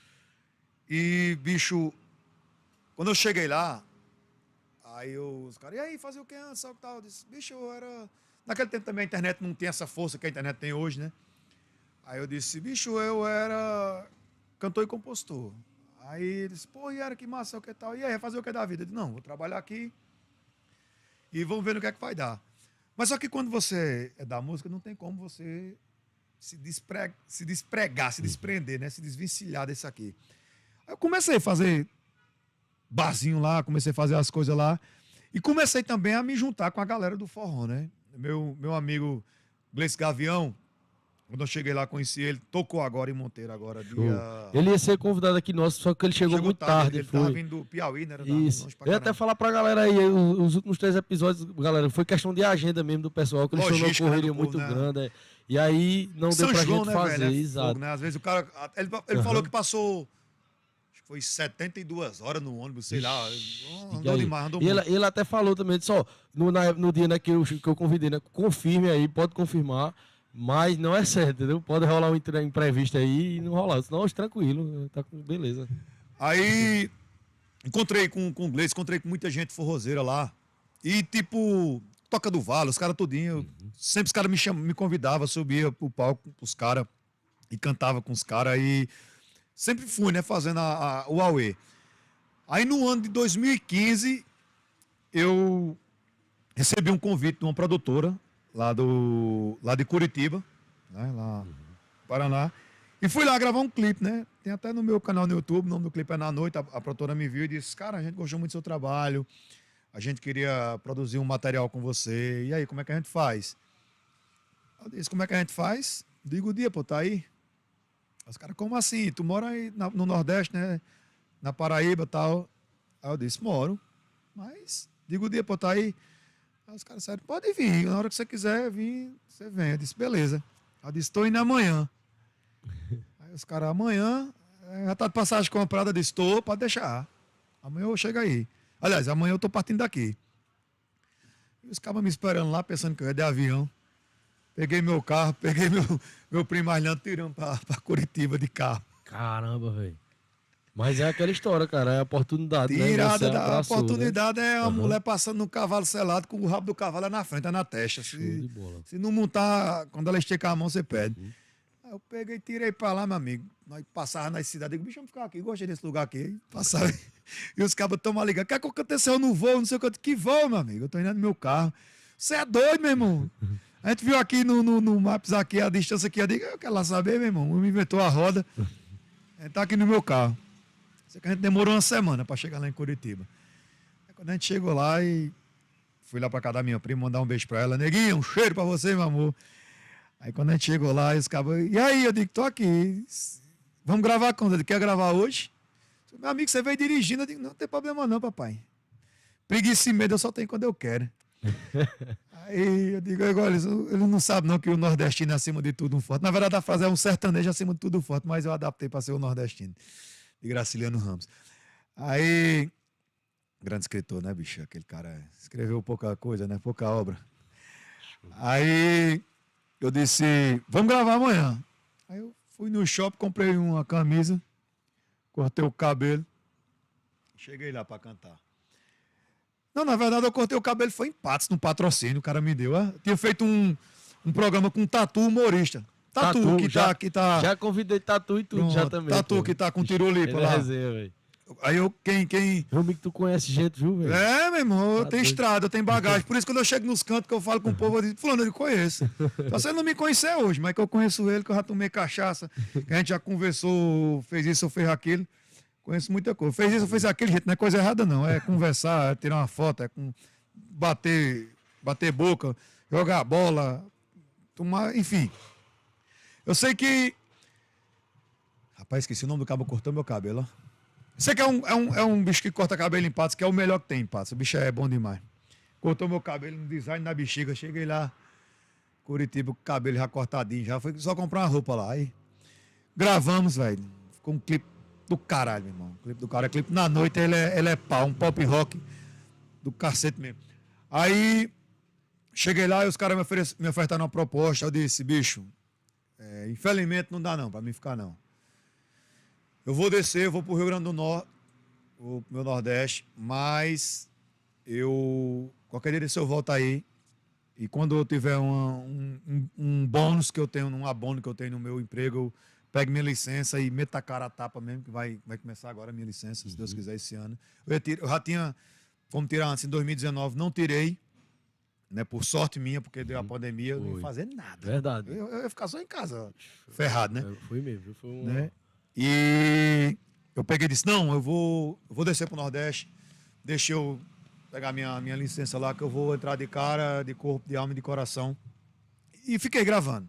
E, bicho, quando eu cheguei lá, aí os caras, e aí, fazer o que antes? Tal? Eu disse, bicho, eu era... Naquele tempo também a internet não tinha essa força que a internet tem hoje, né? Aí eu disse, bicho, eu era cantor e compositor. Aí ele disse, pô, e era que massa, o que tal? E aí, fazer o que da vida? Eu disse, não, vou trabalhar aqui e vamos ver no que é que vai dar. Mas só que quando você é da música, não tem como você se desprender, né? Se desvencilhar desse aqui. Aí eu comecei a fazer barzinho lá, comecei a fazer as coisas lá. E comecei também a me juntar com a galera do forró, né? Meu amigo Gleice Gavião, quando eu cheguei lá, conheci ele, tocou agora em Monteiro, agora dia... Ele ia ser convidado aqui nosso, só que ele chegou muito tarde. Ele tava vindo do Piauí, né? Isso. Eu ia até falar pra galera aí, os últimos 3 episódios, galera, foi questão de agenda mesmo do pessoal, que eles estão numa correria muito grande. E aí não deu pra gente fazer, velho, exato. Fogo, né? Às vezes o cara... Ele falou que passou... Foi 72 horas no ônibus, sei lá. Andou demais, andou muito. Ele até falou também, disse, ó, no dia, né, que eu convidei, né, confirme aí, pode confirmar, mas não é certo, entendeu? Pode rolar um imprevisto aí e não rolar. Senão, tranquilo, tá beleza. Aí, encontrei com o Gleice, encontrei com muita gente forrozeira lá. E, tipo, Toca do Vale, os caras todinho. Sempre os caras me convidavam, subia pro palco pros caras e cantava com os caras. E sempre fui, né, fazendo o Aue. Aí no ano de 2015, eu recebi um convite de uma produtora lá de Curitiba, né, lá no Paraná. E fui lá gravar um clipe, né? Tem até no meu canal no YouTube, o nome do clipe é Na Noite. A produtora me viu e disse, cara, a gente gostou muito do seu trabalho, a gente queria produzir um material com você. E aí, como é que a gente faz? Eu disse, como é que a gente faz? Digo o dia, pô, tá aí? Os caras, como assim? Tu mora aí no Nordeste, né? Na Paraíba e tal. Aí eu disse, moro. Mas, digo o dia, pô, tá aí? Aí os caras disseram, pode vir. Na hora que você quiser vir, você vem. Eu disse, beleza. Aí eu disse, tô indo amanhã. Aí os caras, amanhã? Já tá de passagem comprada, disse, tô, pode deixar. Amanhã eu chego aí. Aliás, amanhã eu tô partindo daqui. E os cabas me esperando lá, pensando que eu ia de avião. Peguei meu carro, peguei meu primo Arlando, tirando pra Curitiba de carro. Caramba, velho. Mas é aquela história, cara, é a oportunidade, né? Você Tirada da abraçou, oportunidade né? é a mulher passando no cavalo selado com o rabo do cavalo é na frente, é na testa. Show de bola. Se não montar, quando ela esticar a mão, você perde. Aí eu peguei e tirei pra lá, meu amigo. Nós passávamos nas cidades, digo, bicho, vamos ficar aqui, gostei desse lugar aqui. Aí passava. E os cabos estão ligando. O que aconteceu no voo? Não sei o que. Que voo, meu amigo? Eu tô indo no meu carro. Você é doido, meu irmão? A gente viu aqui no Maps aqui, a distância aqui. Eu digo, eu quero lá saber, meu irmão. Me inventou a roda. A gente tá aqui no meu carro. Sei que a gente demorou uma semana para chegar lá em Curitiba. Aí quando a gente chegou lá e fui lá para casa da minha prima, mandar um beijo para ela. Neguinho, um cheiro para você, meu amor. Aí quando a gente chegou lá, os cabos, e aí? Eu digo, tô aqui. Vamos gravar quando? Ele quer gravar hoje? Meu amigo, você veio dirigindo? Eu digo, não tem problema não, papai. Preguiça e medo eu só tenho quando eu quero. Aí eu digo, agora, ele não sabe não que o nordestino é acima de tudo um forte. Na verdade a frase é um sertanejo acima de tudo um forte, mas eu adaptei para ser o nordestino. De Graciliano Ramos. Aí, grande escritor, né, bicho? Aquele cara escreveu pouca coisa, né? Pouca obra. Aí eu disse, vamos gravar amanhã. Aí eu fui no shopping, comprei uma camisa, cortei o cabelo, cheguei lá para cantar. Não, na verdade eu cortei o cabelo, foi em Patos, no patrocínio, o cara me deu. Eu tinha feito um programa com Tatu humorista. Tatu, que tá. Já convidei Tatu e tudo, Pronto, já também. Tatu, pô. que tá com Tirolipa lá. Resenha, velho. Aí eu, quem. Meu amigo, tu conhece gente, viu, velho? É, meu irmão, eu Tá tenho doido. estrada, eu tenho bagagem. Por isso, quando eu chego nos cantos que eu falo com o povo, eu digo, fulano, eu conheço. Só se ele não me conhecer hoje, mas que eu conheço ele, que eu já tomei cachaça, que a gente já conversou, fez isso ou fez aquilo. Conheço muita coisa. Fez isso ou fez aquilo, gente, não é coisa errada, não. É conversar, é tirar uma foto, é bater boca, jogar bola, tomar, enfim. Eu sei que. Rapaz, esqueci o nome do cabo cortando meu cabelo, ó. Você que é um bicho que corta cabelo em Patos, que é o melhor que tem em Patos. O bicho é bom demais. Cortou meu cabelo no design da bexiga. Cheguei lá, Curitiba, com o cabelo já cortadinho. Já foi só comprar uma roupa lá. Aí gravamos, velho. Ficou um clipe do caralho, meu irmão. Clipe do cara. Clipe na noite, ele é pau, um pop rock do cacete mesmo. Aí cheguei lá e os caras me ofertaram uma proposta. Eu disse, bicho, infelizmente não dá não, pra mim ficar não. Eu vou descer, eu vou pro Rio Grande do Norte, vou pro meu Nordeste, mas qualquer dia eu volto aí, e quando eu tiver um bônus que eu tenho, um abono que eu tenho no meu emprego, eu pego minha licença e meto a cara a tapa mesmo, que vai começar agora a minha licença, se Deus quiser, esse ano. Eu já tinha como tirar antes, em 2019, não tirei, né, por sorte minha, porque deu a pandemia, eu não ia fazer nada. Verdade. Eu ia ficar só em casa, ferrado, né? Foi mesmo, foi um... Né? E eu peguei e disse, não, eu vou descer pro Nordeste, deixa eu pegar minha licença lá, que eu vou entrar de cara, de corpo, de alma e de coração. E fiquei gravando.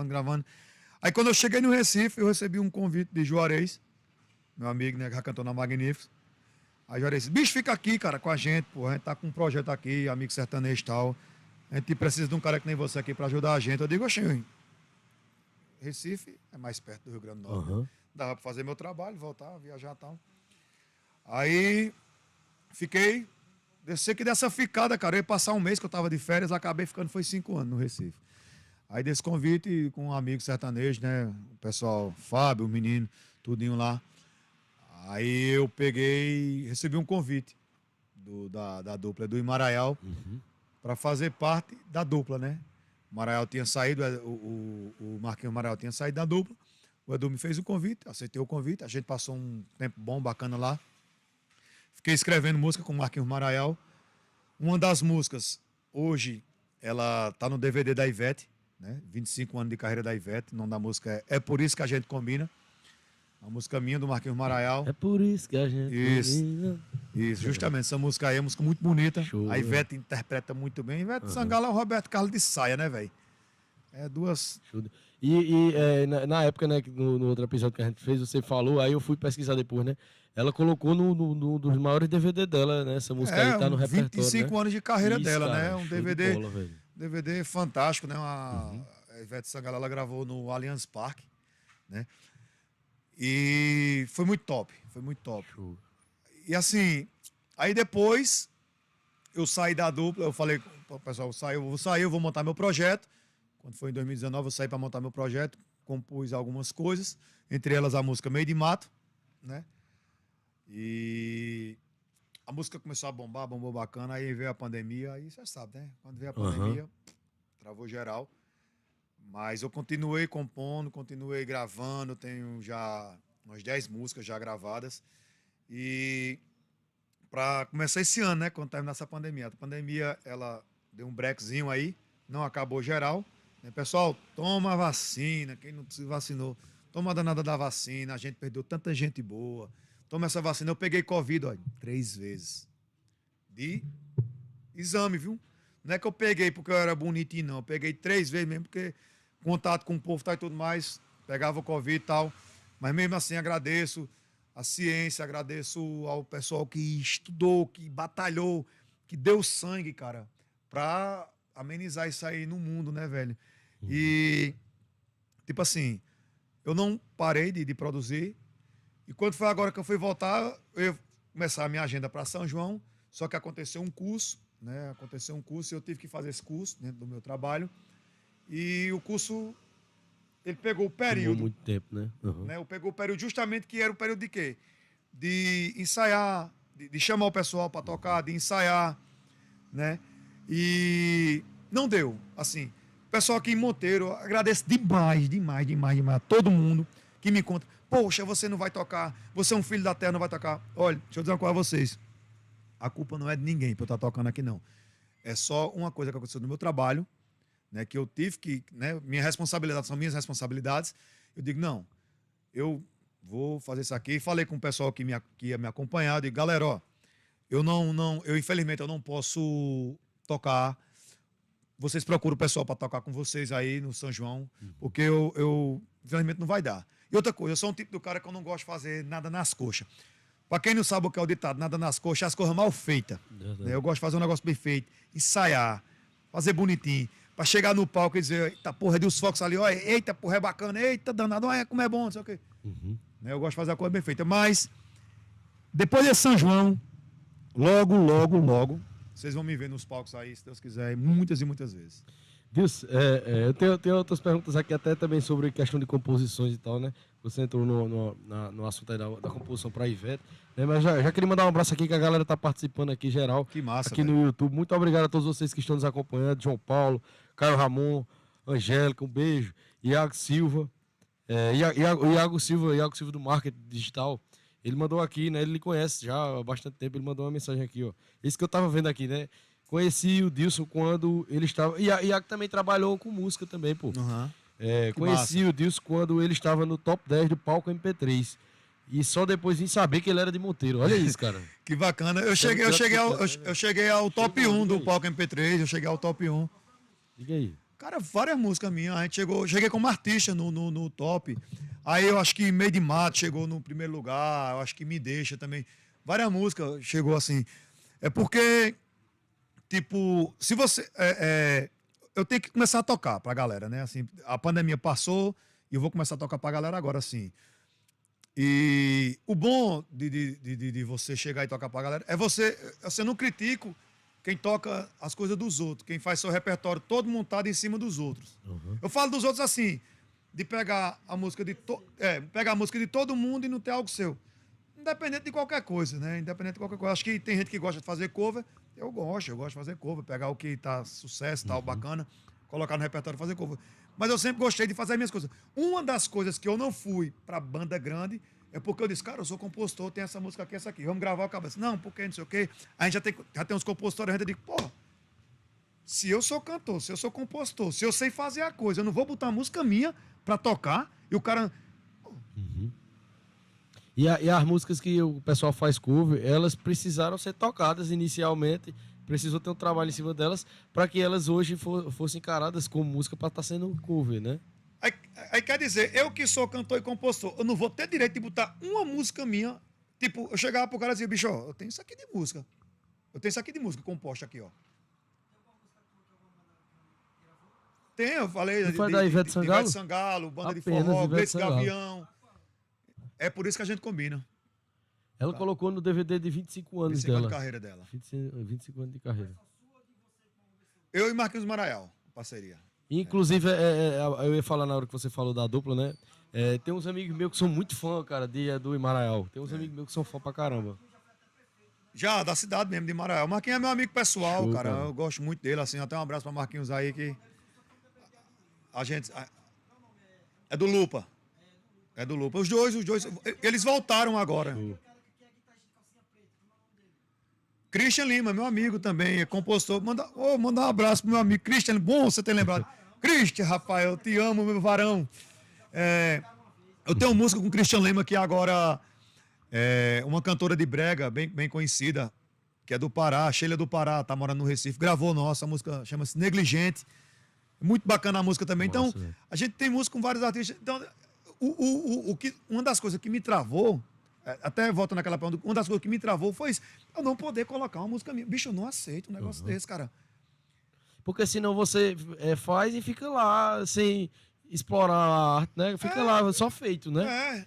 Aí quando eu cheguei no Recife, eu recebi um convite de Juarez, meu amigo, né, que já cantou na Magníficos. Aí Juarez disse, bicho, fica aqui, cara, com a gente, pô, a gente tá com um projeto aqui, amigo sertanejo e tal. A gente precisa de um cara que nem você aqui pra ajudar a gente. Eu digo, oxê, Recife é mais perto do Rio Grande do Norte. Uhum. Dava para fazer meu trabalho, voltar, viajar e tal. Aí fiquei, sei que dessa ficada, cara, eu ia passar um mês que eu tava de férias, acabei ficando, foi 5 anos no Recife. Aí desse convite com um amigo sertanejo, né, o pessoal, Fábio, o menino, tudinho lá. Aí eu peguei, recebi um convite da dupla do Imaraial, para fazer parte da dupla, né. O Maraial tinha saído, o Marquinhos Maraial tinha saído da dupla. O Edu me fez o convite, aceitei o convite, a gente passou um tempo bom, bacana lá. Fiquei escrevendo música com o Marquinhos Maraial. Uma das músicas, hoje, ela tá no DVD da Ivete, né? 25 anos de carreira da Ivete. O nome da música é Por Isso Que a Gente Combina. Uma música minha do Marquinhos Maraial. É por isso que a gente... Isso, justamente, essa música aí é uma música muito bonita. Show, a Ivete interpreta muito bem. Ivete Sangalo é o Roberto Carlos de saia, né, velho? É duas... Show. E na época, né, no outro episódio que a gente fez, você falou, aí eu fui pesquisar depois, né? Ela colocou no dos maiores DVD dela, né? Essa música aí tá no repertório, 25 né? anos de carreira Isso, dela, cara, né? Um show DVD, de bola, velho. DVD fantástico, né? A Ivete Sangalo, ela gravou no Allianz Parque, né? E foi muito top, foi muito top. Show. E assim, aí depois eu saí da dupla, eu falei pro pessoal, eu vou sair, eu vou montar meu projeto. Quando foi em 2019, eu saí para montar meu projeto, compus algumas coisas, entre elas a música Meio de Mato, né? E a música começou a bombar, bombou bacana, aí veio a pandemia, aí você sabe, né? Quando veio a pandemia, travou geral. Mas eu continuei compondo, continuei gravando, tenho já umas 10 músicas já gravadas. E para começar esse ano, né, quando terminar essa pandemia. A pandemia, ela deu um breakzinho aí, não acabou geral. Né? Pessoal, toma a vacina, quem não se vacinou, toma a danada da vacina, a gente perdeu tanta gente boa. Toma essa vacina, eu peguei Covid, ó, 3 vezes. De exame, viu? Não é que eu peguei porque eu era bonitinho, não. Eu peguei 3 vezes mesmo, porque contato com o povo tá e tudo mais, pegava o Covid e tal. Mas mesmo assim, agradeço a ciência, agradeço ao pessoal que estudou, que batalhou, que deu sangue, cara, pra amenizar isso aí no mundo, né, velho? E, tipo assim, eu não parei de produzir. E quando foi agora que eu fui voltar, eu ia começar a minha agenda para São João, só que aconteceu um curso, né? Aconteceu um curso e eu tive que fazer esse curso dentro do meu trabalho. E o curso, ele pegou o Tomou período, muito tempo, né? né? Eu pegou o período justamente que era o período de quê? De ensaiar, de chamar o pessoal para tocar, de ensaiar, né? E não deu, assim. O pessoal aqui em Monteiro, eu agradeço demais, demais, demais, demais a todo mundo que me conta. Poxa, você não vai tocar, você é um filho da terra, não vai tocar. Olha, deixa eu dizer uma coisa a vocês. A culpa não é de ninguém por eu estar tocando aqui, não. É só uma coisa que aconteceu no meu trabalho, né, que eu tive que, né, minha responsabilidade são minhas responsabilidades. Eu digo, não, eu vou fazer isso aqui. Falei com o pessoal que ia me acompanhar, eu digo, galera, ó, eu infelizmente eu não posso tocar. Vocês procuram o pessoal para tocar com vocês aí no São João, porque eu infelizmente não vai dar. E outra coisa, eu sou um tipo do cara que eu não gosto de fazer nada nas coxas. Pra quem não sabe o que é o ditado, nada nas coxas, as coisas mal feitas. Né? Eu gosto de fazer um negócio bem feito, ensaiar, fazer bonitinho. Pra chegar no palco e dizer, eita porra, de os focos ali, olha, eita porra, é bacana, eita danado, olha como é bom, não sei o quê. Né? Eu gosto de fazer a coisa bem feita. Mas, depois de São João, logo, logo, logo, vocês vão me ver nos palcos aí, se Deus quiser, muitas e muitas vezes. Deus, eu tenho outras perguntas aqui até também sobre questão de composições e tal, né? Você entrou no assunto aí da composição para Ivete, né? Mas já queria mandar um abraço aqui que a galera tá participando aqui geral. Que massa, aqui velho. no YouTube. Muito obrigado a todos vocês que estão nos acompanhando. João Paulo, Caio Ramon, Angélica, um beijo. Iago Silva, Iago Silva do Marketing Digital. Ele mandou aqui, né? Ele lhe conhece já há bastante tempo. Ele mandou uma mensagem aqui, ó. Isso que eu tava vendo aqui, né? Conheci o Dilson quando ele estava. E Iago também trabalhou com música também, pô. Uhum. Conheci massa. o Dilson quando ele estava no top 10 do palco MP3. E só depois vim saber que ele era de Monteiro. Olha isso, cara. Que bacana. Eu cheguei ao top 1 do palco MP3, eu cheguei ao top 1. Diga aí. Cara, várias músicas minhas. A gente cheguei como artista no top. Aí eu acho que Meio de Mato chegou no primeiro lugar. Eu acho que Me Deixa também. Várias músicas chegou assim. É porque, tipo, se você. Eu tenho que começar a tocar pra galera, né? Assim, a pandemia passou e eu vou começar a tocar pra galera agora, sim. E o bom de você chegar e tocar pra galera é você não critico quem toca as coisas dos outros, quem faz seu repertório todo montado em cima dos outros. Eu falo dos outros assim, de pegar a música pegar a música de todo mundo e não ter algo seu. Independente de qualquer coisa, né? Independente de qualquer coisa. Acho que tem gente que gosta de fazer cover, eu gosto de fazer cover, pegar o que tá sucesso, tal, bacana, colocar no repertório e fazer cover. Mas eu sempre gostei de fazer as minhas coisas. Uma das coisas que eu não fui pra banda grande é porque eu disse, cara, eu sou compositor, tem essa música aqui, essa aqui, vamos gravar a cabeça. Não, porque não sei o quê. A gente já tem uns compositores, a gente diz, pô, se eu sou cantor, se eu sou compositor, se eu sei fazer a coisa, eu não vou botar uma música minha pra tocar e o cara... E as músicas que o pessoal faz cover, elas precisaram ser tocadas inicialmente, precisou ter um trabalho em cima delas, para que elas hoje fossem encaradas como música para estar sendo cover, né? Aí quer dizer, eu que sou cantor e compositor, eu não vou ter direito de botar uma música minha. Tipo, eu chegava pro cara e dizia, bicho, ó, eu tenho isso aqui de música. Eu tenho isso aqui de música composta aqui, ó. Tem, eu falei Não foi da Ivete Sangalo? Ivete Sangalo, Banda Apenas de Forró, Ivete Gleice Sangalo. Gavião. É por isso que a gente combina. Ela Tá. colocou no DVD de 25 anos 25 anos dela. de carreira dela. 25 anos de carreira. Eu e Marquinhos Maraial, parceria. Inclusive, eu ia falar na hora que você falou da dupla, né? Tem uns amigos meus que são muito fã, cara, do Imaraial. Tem uns amigos meus que são fã pra caramba. Já, da cidade mesmo, de Maraial. Marquinhos é meu amigo pessoal, Show, cara. cara. Eu gosto muito dele, assim. Até um abraço pra Marquinhos aí, que a gente... É do Lupa. É do Lupa. Os dois, eles voltaram agora. Show. Christian Lima, meu amigo também, é compositor. Mandar um abraço pro meu amigo Christian. Bom você ter lembrado. Christian, rapaz, eu te amo, meu varão. Eu tenho música com Christian Lima, que agora é uma cantora de brega, bem conhecida, que é do Pará, Sheila do Pará, tá morando no Recife. Gravou nossa, a música chama-se Negligente. Muito bacana a música também. Nossa, então, velho. a gente tem música com vários artistas. Então, uma das coisas que me travou, até volto naquela pergunta, uma das coisas que me travou foi isso. Eu não poder colocar uma música minha. Bicho, eu não aceito um negócio desse, cara. Porque senão você faz e fica lá sem explorar a arte, né? Fica lá só feito, né?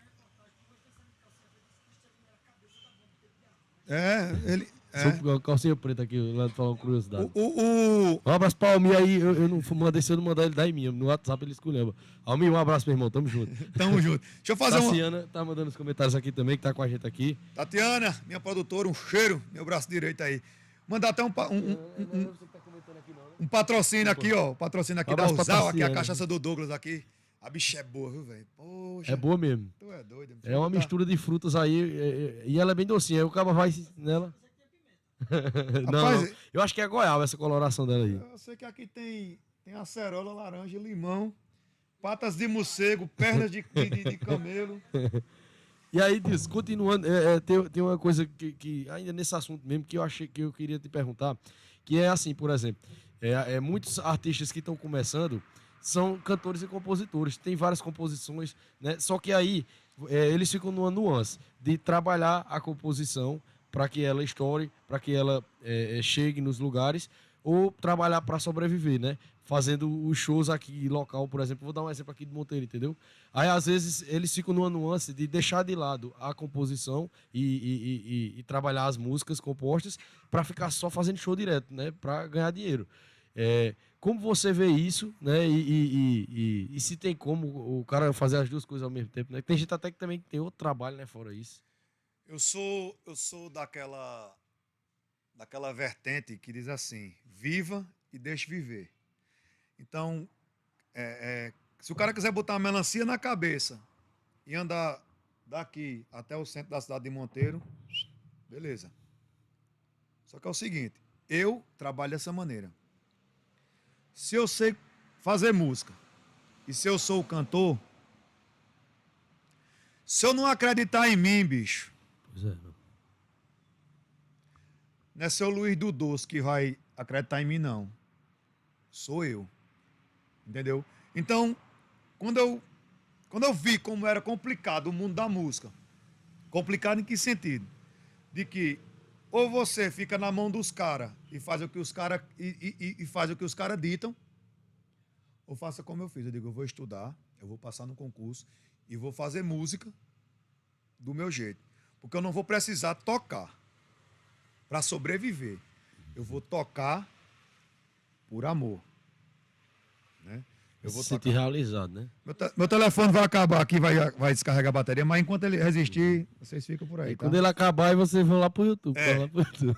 Ele. Sou calcinha preta aqui, lá falando uma curiosidade. O, Um abraço pra Almir aí, eu não mandei, se eu não mandar ele dar em mim, no WhatsApp ele escolheu. Almir, um abraço, meu irmão, tamo junto. Tamo junto. Deixa eu fazer uma. Tassiana tá mandando os comentários aqui também, que tá com a gente aqui. Tatiana, minha produtora, um cheiro, meu braço direito aí. Mandar até um patrocínio aqui, ó. Um patrocínio aqui Um da abraço pra Usal, aqui a Tassiana. cachaça do Douglas aqui. A bicha é boa, viu, velho? Poxa. É boa mesmo. Tu é doido. É uma mistura de frutas aí, e ela é bem docinha, aí o cara vai nela. Rapaz, não, eu acho que é goiaba essa coloração dela aí. Eu sei que aqui tem acerola, laranja, limão, patas de morcego, pernas de camelo. E aí, diz, continuando, tem uma coisa que ainda nesse assunto mesmo que eu achei que eu queria te perguntar, que é assim, por exemplo, muitos artistas que estão começando são cantores e compositores, tem várias composições, né? Só que aí eles ficam numa nuance de trabalhar a composição para que ela estoure, para que ela chegue nos lugares, ou trabalhar para sobreviver, né? Fazendo os shows aqui local, por exemplo. Vou dar um exemplo aqui de Monteiro, entendeu? Aí, às vezes, eles ficam numa nuance de deixar de lado a composição e trabalhar as músicas compostas para ficar só fazendo show direto, né? Para ganhar dinheiro. Como você vê isso, né? E se tem como o cara fazer as duas coisas ao mesmo tempo, né? Tem gente até que também tem outro trabalho, né? Fora isso. Eu sou daquela vertente que diz assim: viva e deixe viver. Então, se o cara quiser botar uma melancia na cabeça e andar daqui até o centro da cidade de Monteiro, beleza. Só que é o seguinte, eu trabalho dessa maneira. Se eu sei fazer música e se eu sou o cantor, se eu não acreditar em mim, bicho, Pois é. não é seu Luiz do Doce que vai acreditar em mim, não. Sou eu. Entendeu? Então, quando eu vi como era complicado o mundo da música, complicado em que sentido? De que ou você fica na mão dos caras e faz o que os caras e faz o que os caras ditam, ou faça como eu fiz. Eu digo, eu vou estudar, eu vou passar no concurso e vou fazer música do meu jeito. Porque eu não vou precisar tocar para sobreviver. Eu vou tocar por amor. Né? Eu vou se sentir realizado, né? Meu telefone vai acabar aqui, vai descarregar a bateria, mas enquanto ele resistir, vocês ficam por aí, E tá? quando ele acabar, aí vocês vão lá pro YouTube. É. Vão lá pro YouTube.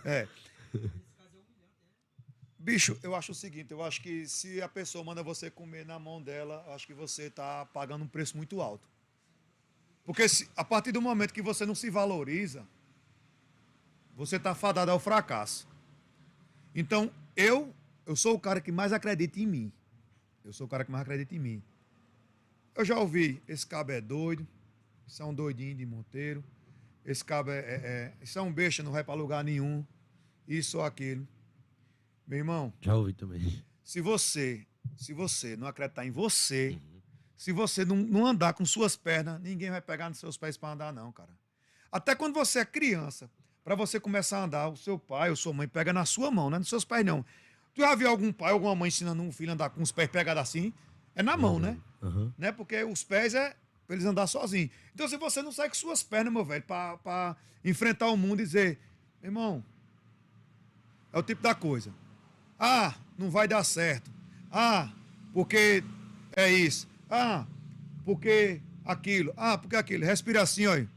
Bicho, eu acho o seguinte, eu acho que se a pessoa manda você comer na mão dela, eu acho que você tá pagando um preço muito alto. Porque a partir do momento que você não se valoriza, você tá fadado ao fracasso. Então, eu sou o cara que mais acredita em mim. Eu sou o cara que mais acredita em mim. Eu já ouvi, esse cabo é doido, isso é um doidinho de Monteiro, esse cabo isso é um besta, não vai para lugar nenhum, isso ou aquilo. Meu irmão, Já ouvi também. se você não acreditar em você, se você não andar com suas pernas, ninguém vai pegar nos seus pés para andar, não, cara. Até quando você é criança, para você começar a andar, o seu pai ou sua mãe pega na sua mão, não é nos seus pés, não. Tu já viu algum pai, alguma mãe ensinando um filho a andar com os pés pegados assim? É na mão, né? Uhum. Né? Porque os pés é Pra eles andar sozinhos. Então, se você não sai com suas pernas, meu velho, pra enfrentar o mundo e dizer, irmão, é o tipo da coisa. Ah, não vai dar certo. Ah, porque é isso. Ah, porque aquilo. Ah, porque aquilo. Respira assim, olha.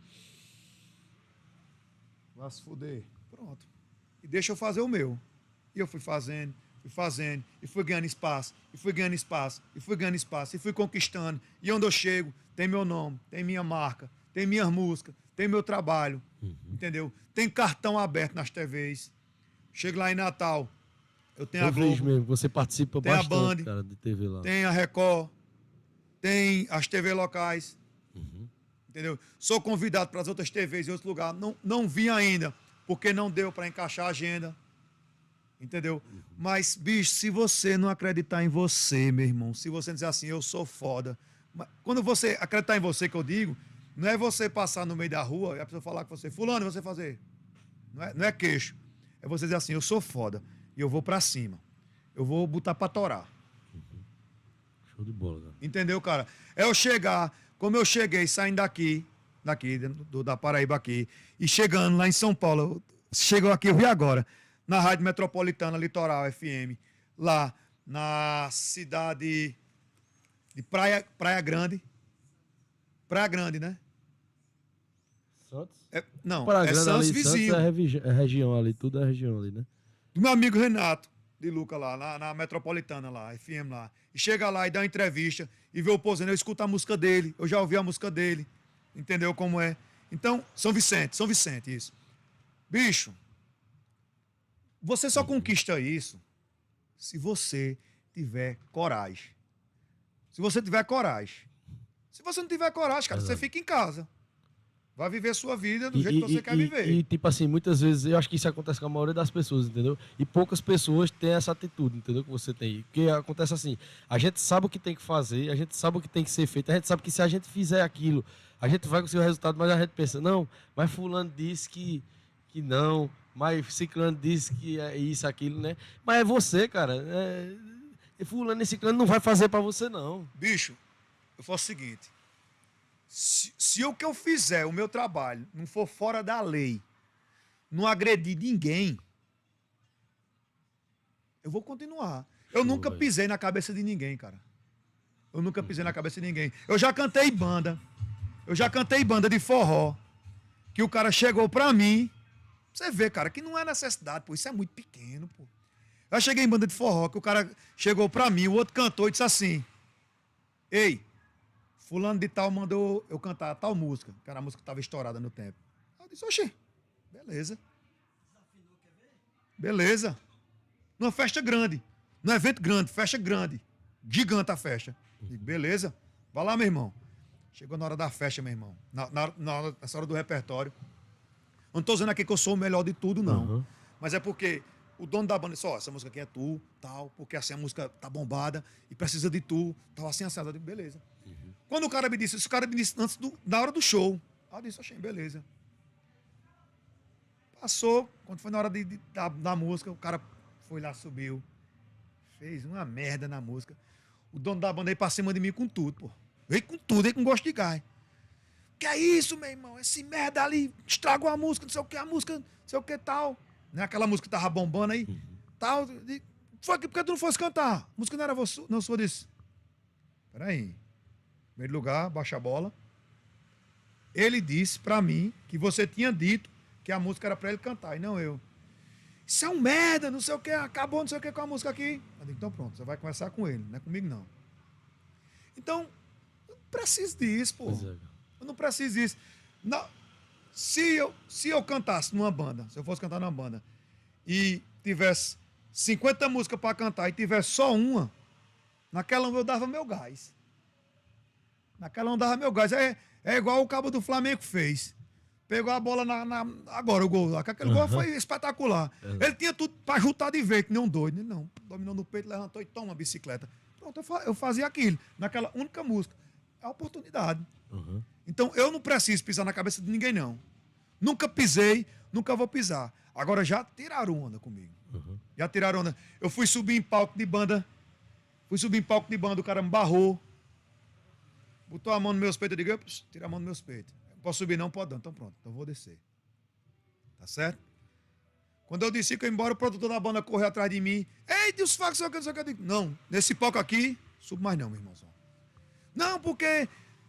Vai se fuder. Pronto. E deixa eu fazer o meu. E eu fui fazendo, e fui ganhando espaço, e fui ganhando espaço, e fui ganhando espaço, e fui conquistando. E onde eu chego, tem meu nome, tem minha marca, tem minhas músicas, tem meu trabalho, entendeu? Tem cartão aberto nas TVs. Chego lá em Natal, eu tenho a Globo, mesmo, você participa tem bastante, a Band, cara, de TV lá. tem a Record, tem as TV locais, entendeu? Sou convidado para as outras TVs em outros lugares. Não vim ainda, porque não deu para encaixar a agenda. Entendeu? Mas, bicho, se você não acreditar em você, meu irmão, se você dizer assim, eu sou foda. Quando você acreditar em você, que eu digo, não é você passar no meio da rua e a pessoa falar com você, fulano, você fazer. Não é queixo. É você dizer assim, eu sou foda e eu vou pra cima. Eu vou botar pra torar. Show de bola, cara. Entendeu, cara? É eu chegar, como eu cheguei saindo daqui da Paraíba aqui, e chegando lá em São Paulo, chegou aqui, eu vi agora, na Rádio Metropolitana Litoral FM, lá na cidade de Praia Grande. Praia Grande, né? Santos? Não, Praia é Grande Santos ali, vizinho. Santos é região ali, tudo é região ali, né? Do meu amigo Renato, de Luca lá, na Metropolitana lá, FM lá. E chega lá e dá uma entrevista e vê o Pozano, eu escuto a música dele, eu já ouvi a música dele, entendeu como é? Então, São Vicente, isso. Bicho, você só conquista isso se você tiver coragem. Se você tiver coragem. Se você não tiver coragem, cara, você fica em casa. Vai viver sua vida do jeito que você quer viver. E, tipo assim, muitas vezes, eu acho que isso acontece com a maioria das pessoas, entendeu? E poucas pessoas têm essa atitude, entendeu? Que você tem. Porque acontece assim, a gente sabe o que tem que fazer, a gente sabe o que tem que ser feito, a gente sabe que se a gente fizer aquilo, a gente vai conseguir o resultado, mas a gente pensa, não, mas fulano disse que não, mas ciclano disse que é isso, aquilo, né? Mas é você, cara. Fulano e ciclano não vai fazer pra você, não. Bicho, eu faço o seguinte. Se o que eu fizer, o meu trabalho, não for fora da lei, não agredir ninguém, eu vou continuar. Eu nunca pisei na cabeça de ninguém, cara. Eu nunca pisei na cabeça de ninguém. Eu já cantei banda de forró, que o cara chegou pra mim, você vê, cara, que não é necessidade, pô, isso é muito pequeno, pô. Eu cheguei em banda de forró, que o cara chegou pra mim, o outro cantor e disse assim, ei, fulano de tal mandou eu cantar tal música, que era a música que estava estourada no tempo. Eu disse, oxê, beleza. Beleza. Numa festa grande, num evento grande, festa grande, gigante a festa. Digo, beleza, vai lá, meu irmão. Chegou na hora da festa, meu irmão, nessa hora do repertório. Eu não tô dizendo aqui que eu sou o melhor de tudo, não. Mas é porque o dono da banda disse, ó, essa música aqui é tu, tal, porque assim a música tá bombada e precisa de tu, tal, assim, assim. Eu digo, beleza. Quando o cara me disse antes na hora do show. Eu disse, achei, beleza. Passou, quando foi na hora da música, o cara foi lá, subiu, fez uma merda na música. O dono da banda veio pra cima de mim com tudo, pô. Veio com tudo, veio com gosto de gás. Que é isso, meu irmão? Esse merda ali estragou a música, não sei o que, a música, não sei o que tal. Não é aquela música que tava bombando aí? Tal. Foi porque tu não fosse cantar. A música não era você, não sou disso. Peraí. Em primeiro lugar, baixa a bola. Ele disse pra mim que você tinha dito que a música era pra ele cantar, e não eu. Isso é um merda, não sei o que, acabou não sei o que com a música aqui. Eu digo, então pronto, você vai conversar com ele, não é comigo não. Então, eu não preciso disso, pô. Eu não preciso disso. Não. Se eu cantasse numa banda, se eu fosse cantar numa banda, e tivesse 50 músicas pra cantar e tivesse só uma, naquela eu dava meu gás. Naquela não dava meu gás. É igual o cabo do Flamengo fez. Pegou a bola agora, o gol lá. Aquele gol foi espetacular. Ele tinha tudo pra juntar de vez, que nem um doido. Ele não, dominou no peito, levantou e toma a bicicleta. Pronto, eu fazia aquilo. Naquela única música. É a oportunidade. Então, eu não preciso pisar na cabeça de ninguém, não. Nunca pisei, nunca vou pisar. Agora, já tiraram onda comigo. Já tiraram onda. Eu fui subir em palco de banda. O cara me barrou. Botou a mão nos meus peitos, eu digo, tira a mão dos meus peitos. Não posso subir não? Pode não. Então pronto, então eu vou descer. Tá certo? Quando eu disse que eu ia embora, o produtor da banda correu atrás de mim. Ei, Deus Fax, não sei o que, eu digo, não, nesse palco aqui, subo mais não, meu irmãozão. Não, porque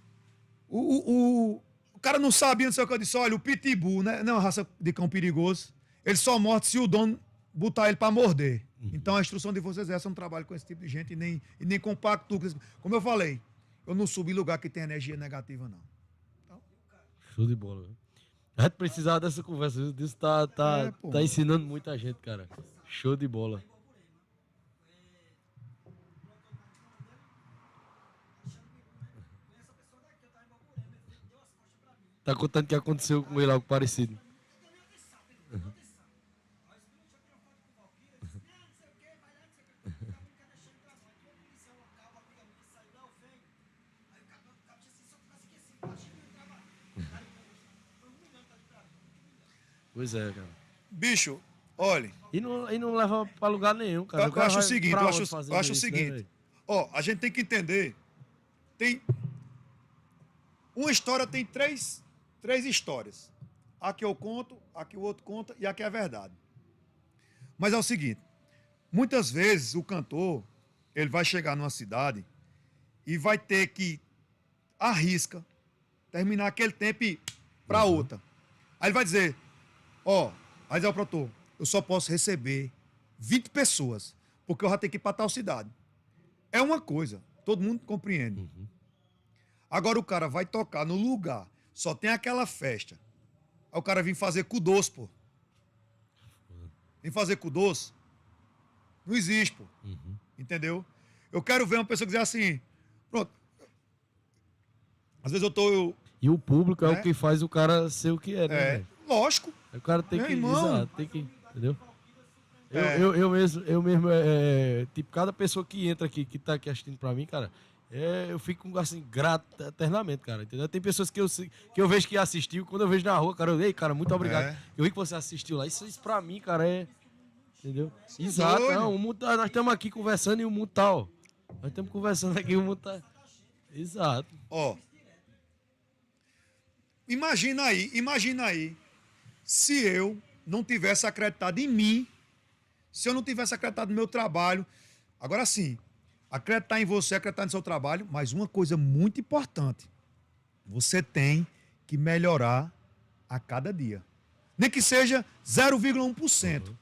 o cara não sabia, não sei o que, eu disse, olha, o pitbull, né? Não é uma raça de cão perigoso. Ele só morde se o dono botar ele pra morder. Então a instrução de vocês é essa, eu não trabalho com esse tipo de gente e nem compacto. Como eu falei, eu não subo em lugar que tem energia negativa, não. Então, Show de bola, velho. A gente precisava dessa conversa, viu? Isso tá ensinando muita gente, cara. Show de bola. Tá contando que aconteceu com ele algo parecido. Pois é, cara. bicho, olha, E não leva pra lugar nenhum, cara. eu acho o seguinte, eu acho o Né, seguinte. Ó, a gente tem que entender, uma história tem três histórias. A que eu conto, a que o outro conta e a que é verdade. Mas é o seguinte, muitas vezes o cantor, ele vai chegar numa cidade e vai ter que arrisca terminar aquele tempo e ir para outra. Aí ele vai dizer, ó, aí diz ao produtor, eu só posso receber 20 pessoas, porque eu já tenho que ir para tal cidade. É uma coisa, todo mundo compreende. Agora o cara vai tocar no lugar, só tem aquela festa. Aí o cara vem fazer cu doce, pô. Vem fazer cu doce? Não existe, pô. Entendeu? Eu quero ver uma pessoa dizer assim, pronto. Às vezes E o público é né? o que faz o cara ser o que é, né, velho? Lógico. O cara tem Meu que... irmão. Exato, tem que... Entendeu? É. Eu mesmo tipo, cada pessoa que entra aqui, que tá aqui assistindo pra mim, cara, eu fico, assim, grato eternamente, cara, entendeu? Tem pessoas que eu vejo que assistiu, quando eu vejo na rua, cara, ei, cara, muito obrigado. É. Eu vi que você assistiu lá, isso pra mim, cara, entendeu? Exato, doido. não, o mundo nós estamos aqui conversando e o mundo tá, ó. Nós estamos conversando aqui e o mundo tá... Exato. Ó. Imagina aí, se eu não tivesse acreditado em mim, se eu não tivesse acreditado no meu trabalho. Agora sim, acreditar em você, acreditar no seu trabalho, mas uma coisa muito importante, você tem que melhorar a cada dia. Nem que seja 0,1%.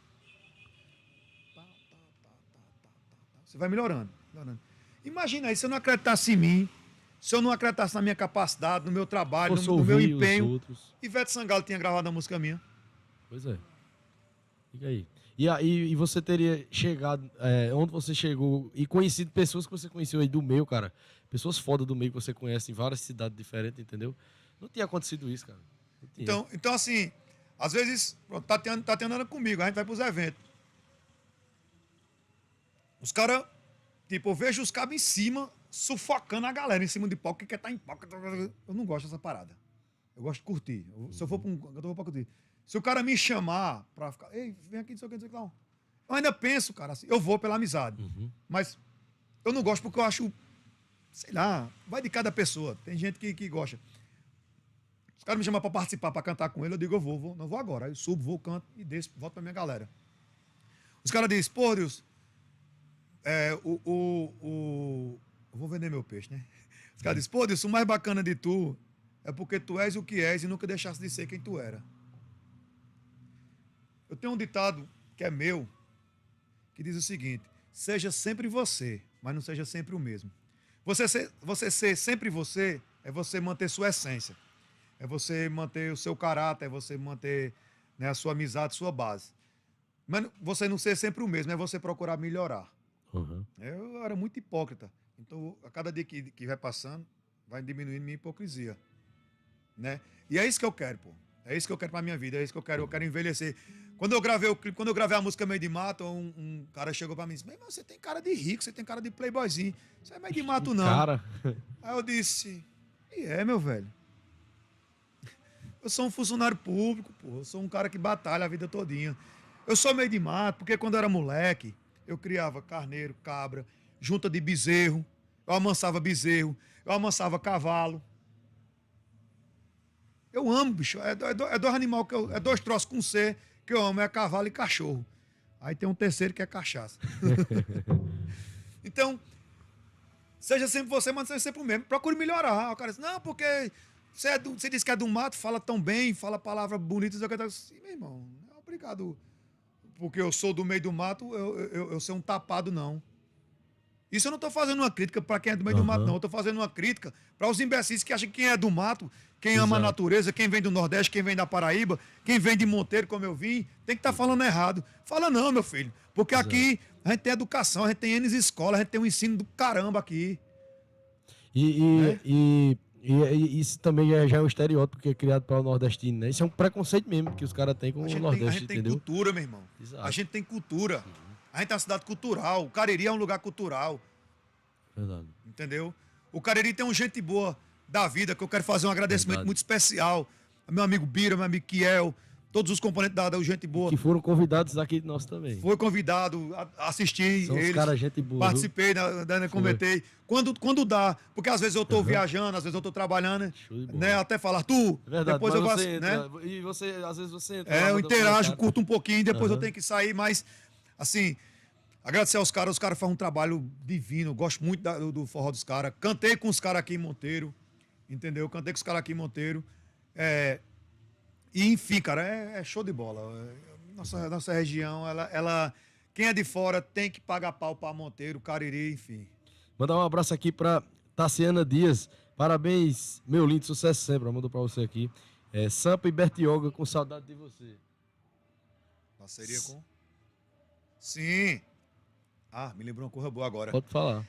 Você vai melhorando. Imagina aí, se eu não acreditasse em mim, se eu não acreditasse na minha capacidade, no meu trabalho, no meu empenho. Ivete Sangalo tinha gravado a música minha. Pois é. Fica aí. E você teria chegado onde você chegou e conhecido pessoas que você conheceu aí do meio, cara. Pessoas fodas do meio que você conhece em várias cidades diferentes, entendeu? Não tinha acontecido isso, cara. Então assim, às vezes, pronto, Tatiana anda comigo, a gente vai pros eventos. Os caras, tipo, eu vejo os cabos em cima, sufocando a galera em cima de palco, que quer estar em palco. Eu não gosto dessa parada. Eu gosto de curtir. Se eu for pra eu vou pra curtir. Se o cara me chamar pra ficar, ei, vem aqui, não sei o que, não. Eu ainda penso, cara, assim, eu vou pela amizade. Mas eu não gosto porque eu acho, sei lá, vai de cada pessoa. Tem gente que gosta. Os caras me chamam pra participar, pra cantar com ele, eu digo, eu vou, não vou agora. Aí eu subo, vou, canto e desço, volto pra minha galera. Os caras dizem, pô, Deus, eu vou vender meu peixe, né? Os caras dizem, pô, Deus, o mais bacana de tu é porque tu és o que és e nunca deixaste de ser quem tu era. Eu tenho um ditado que é meu, que diz o seguinte, seja sempre você, mas não seja sempre o mesmo. Você ser sempre você é você manter sua essência, é você manter o seu caráter, é você manter, né, a sua amizade, sua base. Mas você não ser sempre o mesmo, é você procurar melhorar. Eu era muito hipócrita, então a cada dia que vai passando, vai diminuindo minha hipocrisia, né? E é isso que eu quero, pô. É isso que eu quero pra minha vida, é isso que eu quero envelhecer. Quando eu gravei o clipe, quando eu gravei a música Meio de Mato, um cara chegou pra mim e disse, mas você tem cara de rico, você tem cara de playboyzinho, você é meio de mato não. Cara. Aí eu disse, meu velho. Eu sou um funcionário público, pô, eu sou um cara que batalha a vida todinha. Eu sou meio de mato, porque quando eu era moleque, eu criava carneiro, cabra, junta de bezerro, eu amansava bezerro, eu amansava cavalo. Eu amo, bicho. É dois animais é dois troços com C que eu amo, é cavalo e cachorro. Aí tem um terceiro que é cachaça. Então, seja sempre você, mas seja sempre o mesmo. Procure melhorar. O cara diz, não, porque você diz que é do mato, fala tão bem, fala palavras bonitas. Sim, meu irmão, não é obrigado. Porque eu sou do meio do mato, eu ser um tapado, não. Isso eu não estou fazendo uma crítica para quem é do meio do mato, não. Eu estou fazendo uma crítica para os imbecis que acham que quem é do mato, quem ama a natureza, quem vem do Nordeste, quem vem da Paraíba, quem vem de Monteiro, como eu vim, tem que estar falando errado. Fala não, meu filho. Porque aqui a gente tem educação, a gente tem N escolas, a gente tem um ensino do caramba aqui. E isso também já é um estereótipo que é criado para o nordestino, né? Isso é um preconceito mesmo que os caras têm com o Nordeste, a gente tem cultura, meu irmão. Exato. A gente tem cultura. A gente é uma cidade cultural. O Cariri é um lugar cultural. Verdade. Entendeu? O Cariri tem um gente boa da vida, que eu quero fazer um agradecimento muito especial. Meu amigo Bira, meu amigo Kiel, todos os componentes da Gente Boa. Que foram convidados aqui de nós também. Foi convidado, assisti. São eles, os caras gente boa. Participei, comentei. Quando dá, porque às vezes eu tô viajando, às vezes eu tô trabalhando, né? Até falar, tu, verdade, depois eu faço, né? E você, às vezes você entra. Eu interajo, curto um pouquinho, depois eu tenho que sair, mas, assim, agradecer aos caras, os caras fazem um trabalho divino, gosto muito do forró dos caras. Cantei com os caras aqui em Monteiro, entendeu? Cantei com os caras aqui em Monteiro. E, enfim, cara, é show de bola. Nossa região, ela, quem é de fora tem que pagar pau pra Monteiro, Cariri, enfim. Mandar um abraço aqui pra Tassiana Dias. Parabéns, meu lindo, sucesso sempre. Eu mando pra você aqui. Sampa e Bertioga, com saudade de você. Parceria com? Sim. Me lembrou uma coisa boa agora. Pode falar.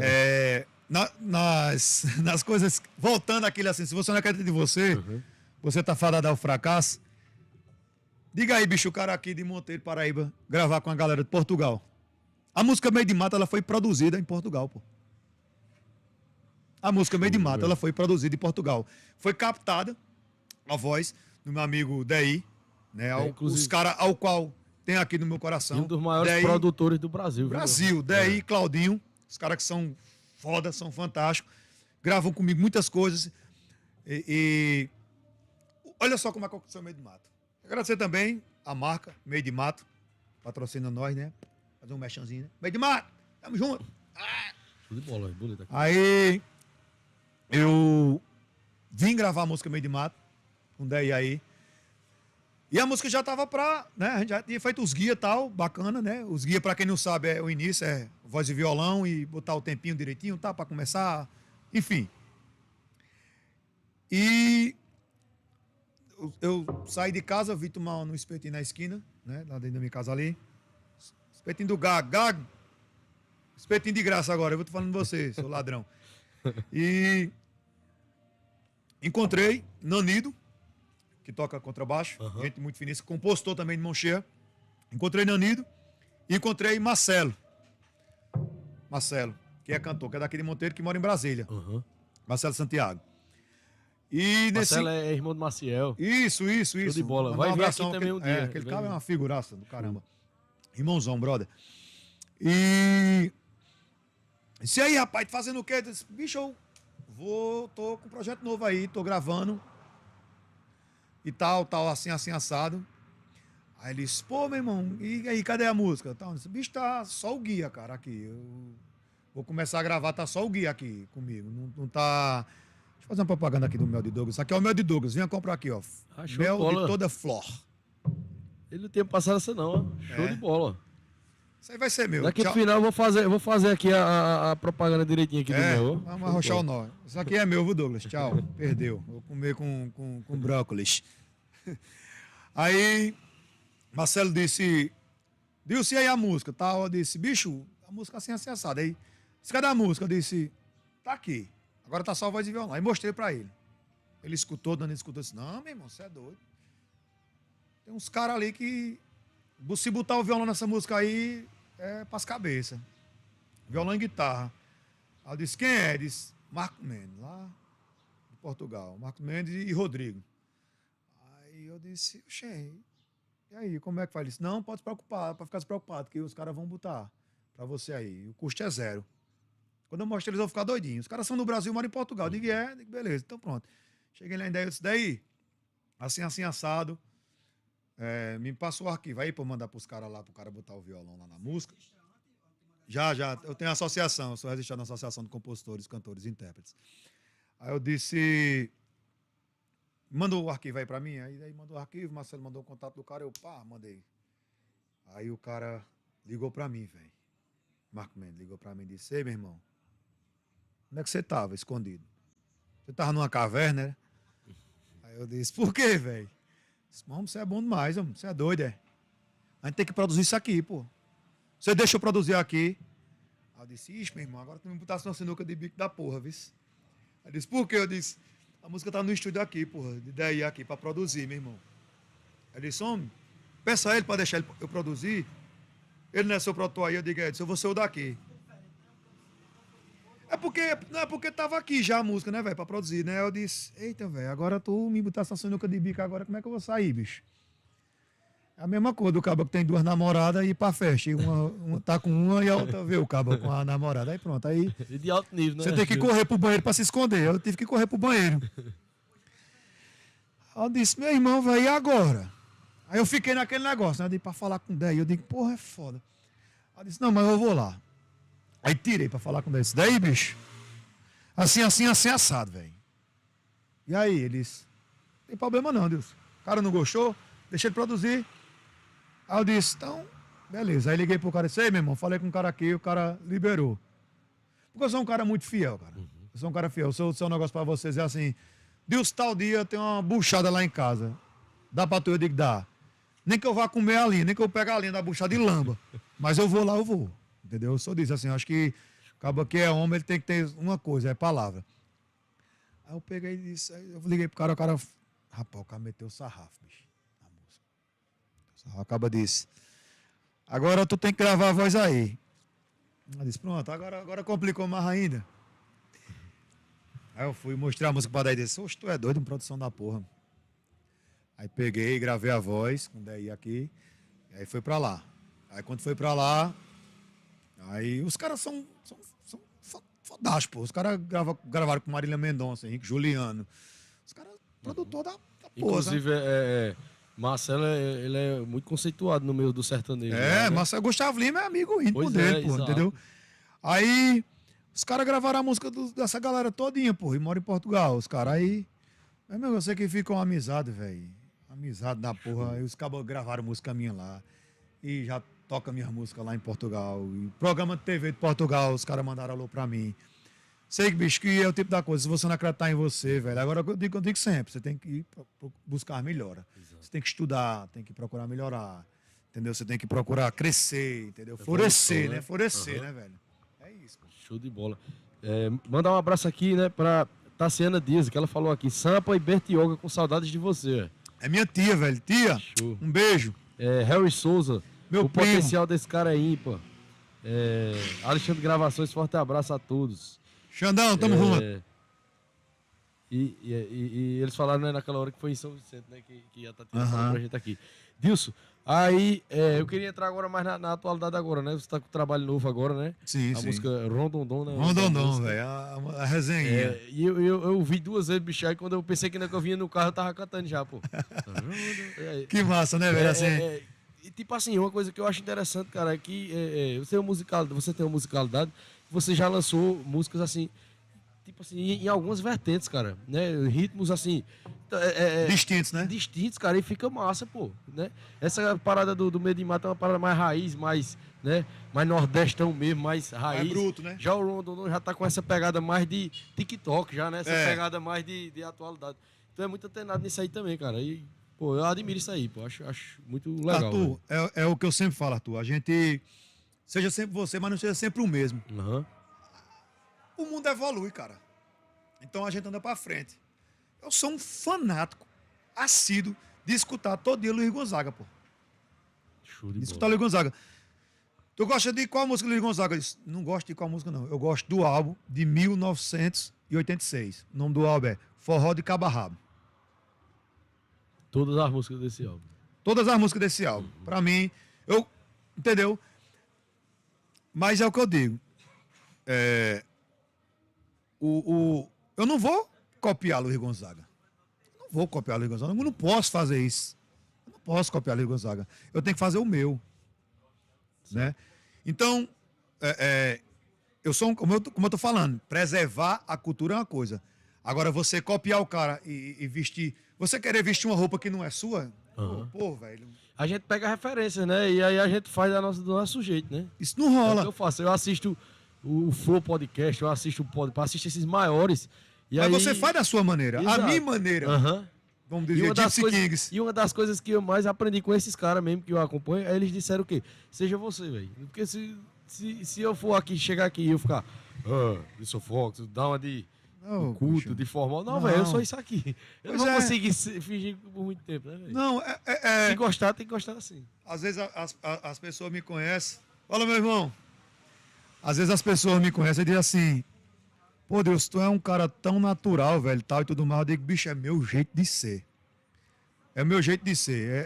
Nas coisas, voltando àquilo assim, se você não acredita em você, você tá fadado ao fracasso. Diga aí, bicho, o cara aqui de Monteiro, Paraíba, gravar com a galera de Portugal. A música Meio de Mato, ela foi produzida em Portugal, pô. A música Meio de Mato, ela foi produzida em Portugal. Foi captada a voz do meu amigo Dei, né? Os caras ao qual tem aqui no meu coração. Um dos maiores produtores do Brasil. Brasil, Dei e Claudinho. Os caras que são foda, são fantásticos. Gravam comigo muitas coisas. E olha só como é que aconteceu o Meio de Mato. Agradecer também a marca Meio de Mato. Patrocina nós, né? Fazer um mexãozinho, né? Meio de Mato, tamo junto. Show de bola, bonito aqui. Aí eu vim gravar a música Meio de Mato. Com o Dei aí. E a música já tava né? A gente já tinha feito os guias e tal, bacana, né? Os guias, pra quem não sabe, o início é voz e violão e botar o tempinho direitinho, tá? Pra começar, enfim. E eu saí de casa, vi tomar no espetinho na esquina, né? Lá dentro da minha casa ali. Espetinho do Gago. Gago, espetinho de graça agora, eu vou te falando de você, seu ladrão. E encontrei Nanido, que toca contrabaixo, gente muito finíssima, compositor também de mão cheia. Encontrei Nanido e encontrei Marcelo, que é cantor, que é daqui de Monteiro, que mora em Brasília. Marcelo Santiago. E Marcelo é irmão do Maciel. Isso. Show de bola. Vai vir aqui também um dia. Aquele cara é uma figuraça do caramba. Irmãozão, brother. E aí, rapaz, fazendo o quê? Eu disse, bicho, tô com um projeto novo aí, tô gravando. E tal, assim, assado. Aí ele disse, pô, meu irmão, e aí, cadê a música? Então, eu disse, bicho, tá só o guia, cara, aqui. Eu vou começar a gravar, tá só o guia aqui comigo. Não tá... Deixa eu fazer uma propaganda aqui do Mel de Douglas. Isso aqui é o Mel de Douglas. Venha comprar aqui, ó. Mel de toda flor. Ele não tinha passado essa não, ó. Show de bola. Isso aí vai ser meu. Daqui no final eu vou fazer aqui a propaganda direitinho aqui do Mel. Vamos arrochar o nó. Isso aqui é meu, viu, Douglas? Tchau. Perdeu. Vou comer com brócolis. Aí, Marcelo disse, e aí a música? Tal. Eu disse, bicho, a música assim, assada. Aí, cadê a música? Eu disse, tá aqui. Agora tá só a voz e violão. Aí mostrei pra ele. Ele escutou, Dani escutou, disse, não, meu irmão, você é doido. Tem uns caras ali que, se botar o violão nessa música aí, é pras cabeças. Violão e guitarra. Aí eu disse, quem é? Ele disse, Marco Mendes, lá de Portugal. Marco Mendes e Rodrigo. Aí eu disse, e aí, como é que faz? Ele disse, não, pode se preocupar, pode ficar despreocupado, que os caras vão botar pra você aí. O custo é 0. Quando eu mostro eles vão ficar doidinhos. Os caras são do Brasil, moram em Portugal. Eu digo, digo, beleza, então pronto. Cheguei lá em ideia, eu disse, daí, assim, assado. Me passou o arquivo aí pra eu mandar pros caras lá, pro cara botar o violão lá na música. Já. Eu tenho associação, eu sou registrado na Associação de Compositores, Cantores e Intérpretes. Aí eu disse, mandou o arquivo aí pra mim, aí mandou o arquivo, Marcelo mandou o contato do cara, eu mandei. Aí o cara ligou pra mim, velho. Marco Mendes ligou pra mim e disse, ei, meu irmão, onde é que você tava escondido? Você tava numa caverna, né? Aí eu disse, por quê, velho? Você é bom demais, você é doido, é? A gente tem que produzir isso aqui, pô. Você deixa eu produzir aqui. Aí eu disse, ixi, meu irmão, agora tu me botasse uma sinuca de bico da porra, viu? Aí disse, por quê? Eu disse, a música tá no estúdio aqui, porra, de daí aqui, pra produzir, meu irmão. Aí ele disse, homem, peça a ele pra deixar eu produzir. Ele não é seu produtor aí, eu digo, eu vou ser o daqui. Não é porque tava aqui já a música, né, velho, pra produzir, né? Eu disse, eita, velho, agora tu me botasse uma sinuca de bico agora, como é que eu vou sair, bicho? É a mesma coisa do cabo que tem duas namoradas e ir pra festa. E uma tá com uma e a outra vê o cabo com a namorada. Aí pronto, aí De alto nível, né? você tem que correr pro banheiro pra se esconder. Eu tive que correr pro banheiro. Aí eu disse, meu irmão, velho, e agora? Aí eu fiquei naquele negócio, né? Eu disse, pra falar com o Daí. Eu digo, porra, é foda. Aí eu disse, não, mas eu vou lá. Aí tirei pra falar com o Daí. Daí, bicho, assim, assado, velho. E aí, eles, não tem problema não, Deus. O cara não gostou, deixa ele produzir. Aí eu disse, então, beleza. Aí liguei pro cara e disse, ei, meu irmão, falei com um cara aqui, o cara liberou. Porque eu sou um cara muito fiel, cara. Eu sou um cara fiel. O seu negócio pra vocês é assim, Deus, tal dia tem uma buchada lá em casa. Dá pra tu? Eu digo, dá. Nem que eu vá comer a linha, nem que eu pegue a linha da buchada e lamba. Mas eu vou lá, eu vou. Entendeu? Eu sou disso, assim, acho que acaba que é homem, ele tem que ter uma coisa, é palavra. Aí eu peguei e disse, aí eu liguei pro cara, o cara, rapaz, o cara meteu o sarrafo, bicho, na música. O sarrafo acaba disse, agora tu tem que gravar a voz aí. Eu disse, pronto, agora complicou mais ainda. Aí eu fui mostrar a música pra Daí e disse, oxe, tu é doido, em produção da porra. Aí peguei, gravei a voz com o Daí aqui, e aí foi pra lá. Aí quando foi pra lá, aí os caras são fodásticos, pô. Os caras gravaram com Marília Mendonça, Henrique Juliano. Os caras, produtor da porra. Inclusive, Marcelo, ele é muito conceituado no meio do sertanejo. Né? Marcelo Gustavo Lima é amigo íntimo dele, pô, entendeu? Aí, os caras gravaram a música dessa galera todinha, pô, e moram em Portugal. Os caras aí, eu sei que fica uma amizade, velho. Amizade da porra. Aí os cabos gravaram música minha lá. E já toca minha música lá em Portugal. E programa de TV de Portugal, os caras mandaram alô pra mim. Sei que, bicho, que é o tipo da coisa. Se você não acreditar em você, velho. Agora eu digo sempre, você tem que ir buscar melhora. Exato. Você tem que estudar, tem que procurar melhorar. Entendeu? Você tem que procurar crescer, entendeu? Florescer, né? Florescer, né, velho? É isso. Pô. Show de bola. Mandar um abraço aqui, né, pra Tassiana Dias, que ela falou aqui, Sampa e Bertioga com saudades de você. É minha tia, velho. Tia, show. Um beijo. Harry Souza, meu primo. Potencial desse cara é ímpar. Alexandre Gravações, forte abraço a todos. Xandão, tamo junto. E eles falaram, né, naquela hora que foi em São Vicente, né, que a Tatiana falou pra gente aqui. Dilson, aí eu queria entrar agora mais na atualidade agora, né? Você tá com trabalho novo agora, né? Sim, a música Rondondon, né? Rondondon, velho, a resenha. E eu vi duas vezes, bicho, aí quando eu pensei que ainda que eu vinha no carro, eu tava cantando já, pô. Que massa, né, velho? E tipo assim, uma coisa que eu acho interessante, cara, é que você tem uma musicalidade, você já lançou músicas assim, tipo assim, em algumas vertentes, cara, né? Ritmos assim... distintos, né? Distintos, cara, e fica massa, pô, né? Essa parada do Medo de Mato é uma parada mais raiz, mais, né? Mais nordestão mesmo, mais raiz. Mais bruto, né? Já o Rondon já tá com essa pegada mais de TikTok, já, né? Essa pegada mais de atualidade. Então é muito antenado nisso aí também, cara. E, pô, eu admiro isso aí, pô. Acho muito legal. Arthur, é o que eu sempre falo, Arthur. A gente seja sempre você, mas não seja sempre o mesmo. Uhum. O mundo evolui, cara. Então a gente anda pra frente. Eu sou um fanático assíduo de escutar todo dia Luiz Gonzaga, pô. Show de escutar Luiz Gonzaga. Tu gosta de qual música Luiz Gonzaga? Eu disse, não gosto de qual música, não. Eu gosto do álbum de 1986. O nome do álbum é Forró de Cabo a Rabo. Todas as músicas desse álbum. Todas as músicas desse álbum. Pra mim, entendeu? Mas é o que eu digo. eu não vou copiar Luiz Gonzaga. Eu não vou copiar Luiz Gonzaga. Eu não posso fazer isso. Eu não posso copiar Luiz Gonzaga. Eu tenho que fazer o meu. Né? Então, eu sou, como eu tô falando, preservar a cultura é uma coisa. Agora, você copiar o cara e vestir... Você querer vestir uma roupa que não é sua? Pô, velho... A gente pega referências, né? E aí a gente faz do nosso jeito, né? Isso não rola. É o que eu faço. Eu assisto o Flow Podcast, eu assisto o Podcast, assisto esses maiores. Mas aí... você faz da sua maneira. Exato. A minha maneira. Vamos dizer, Gypsy Kings. E uma das coisas que eu mais aprendi com esses caras mesmo que eu acompanho, é eles disseram o quê? Seja você, velho. Porque se eu for aqui, chegar aqui e eu ficar... isso Fox, dá uma de... Não, culto, puxa. De formal. Não, velho, eu sou isso aqui. Eu não consegui fingir por muito tempo, né, velho? Não, Se gostar, tem que gostar assim. Às vezes as pessoas me conhecem. Fala, meu irmão. Às vezes as pessoas me conhecem e dizem assim: pô, Deus, tu é um cara tão natural, velho, tal e tudo mais. Eu digo, bicho, é meu jeito de ser. É meu jeito de ser.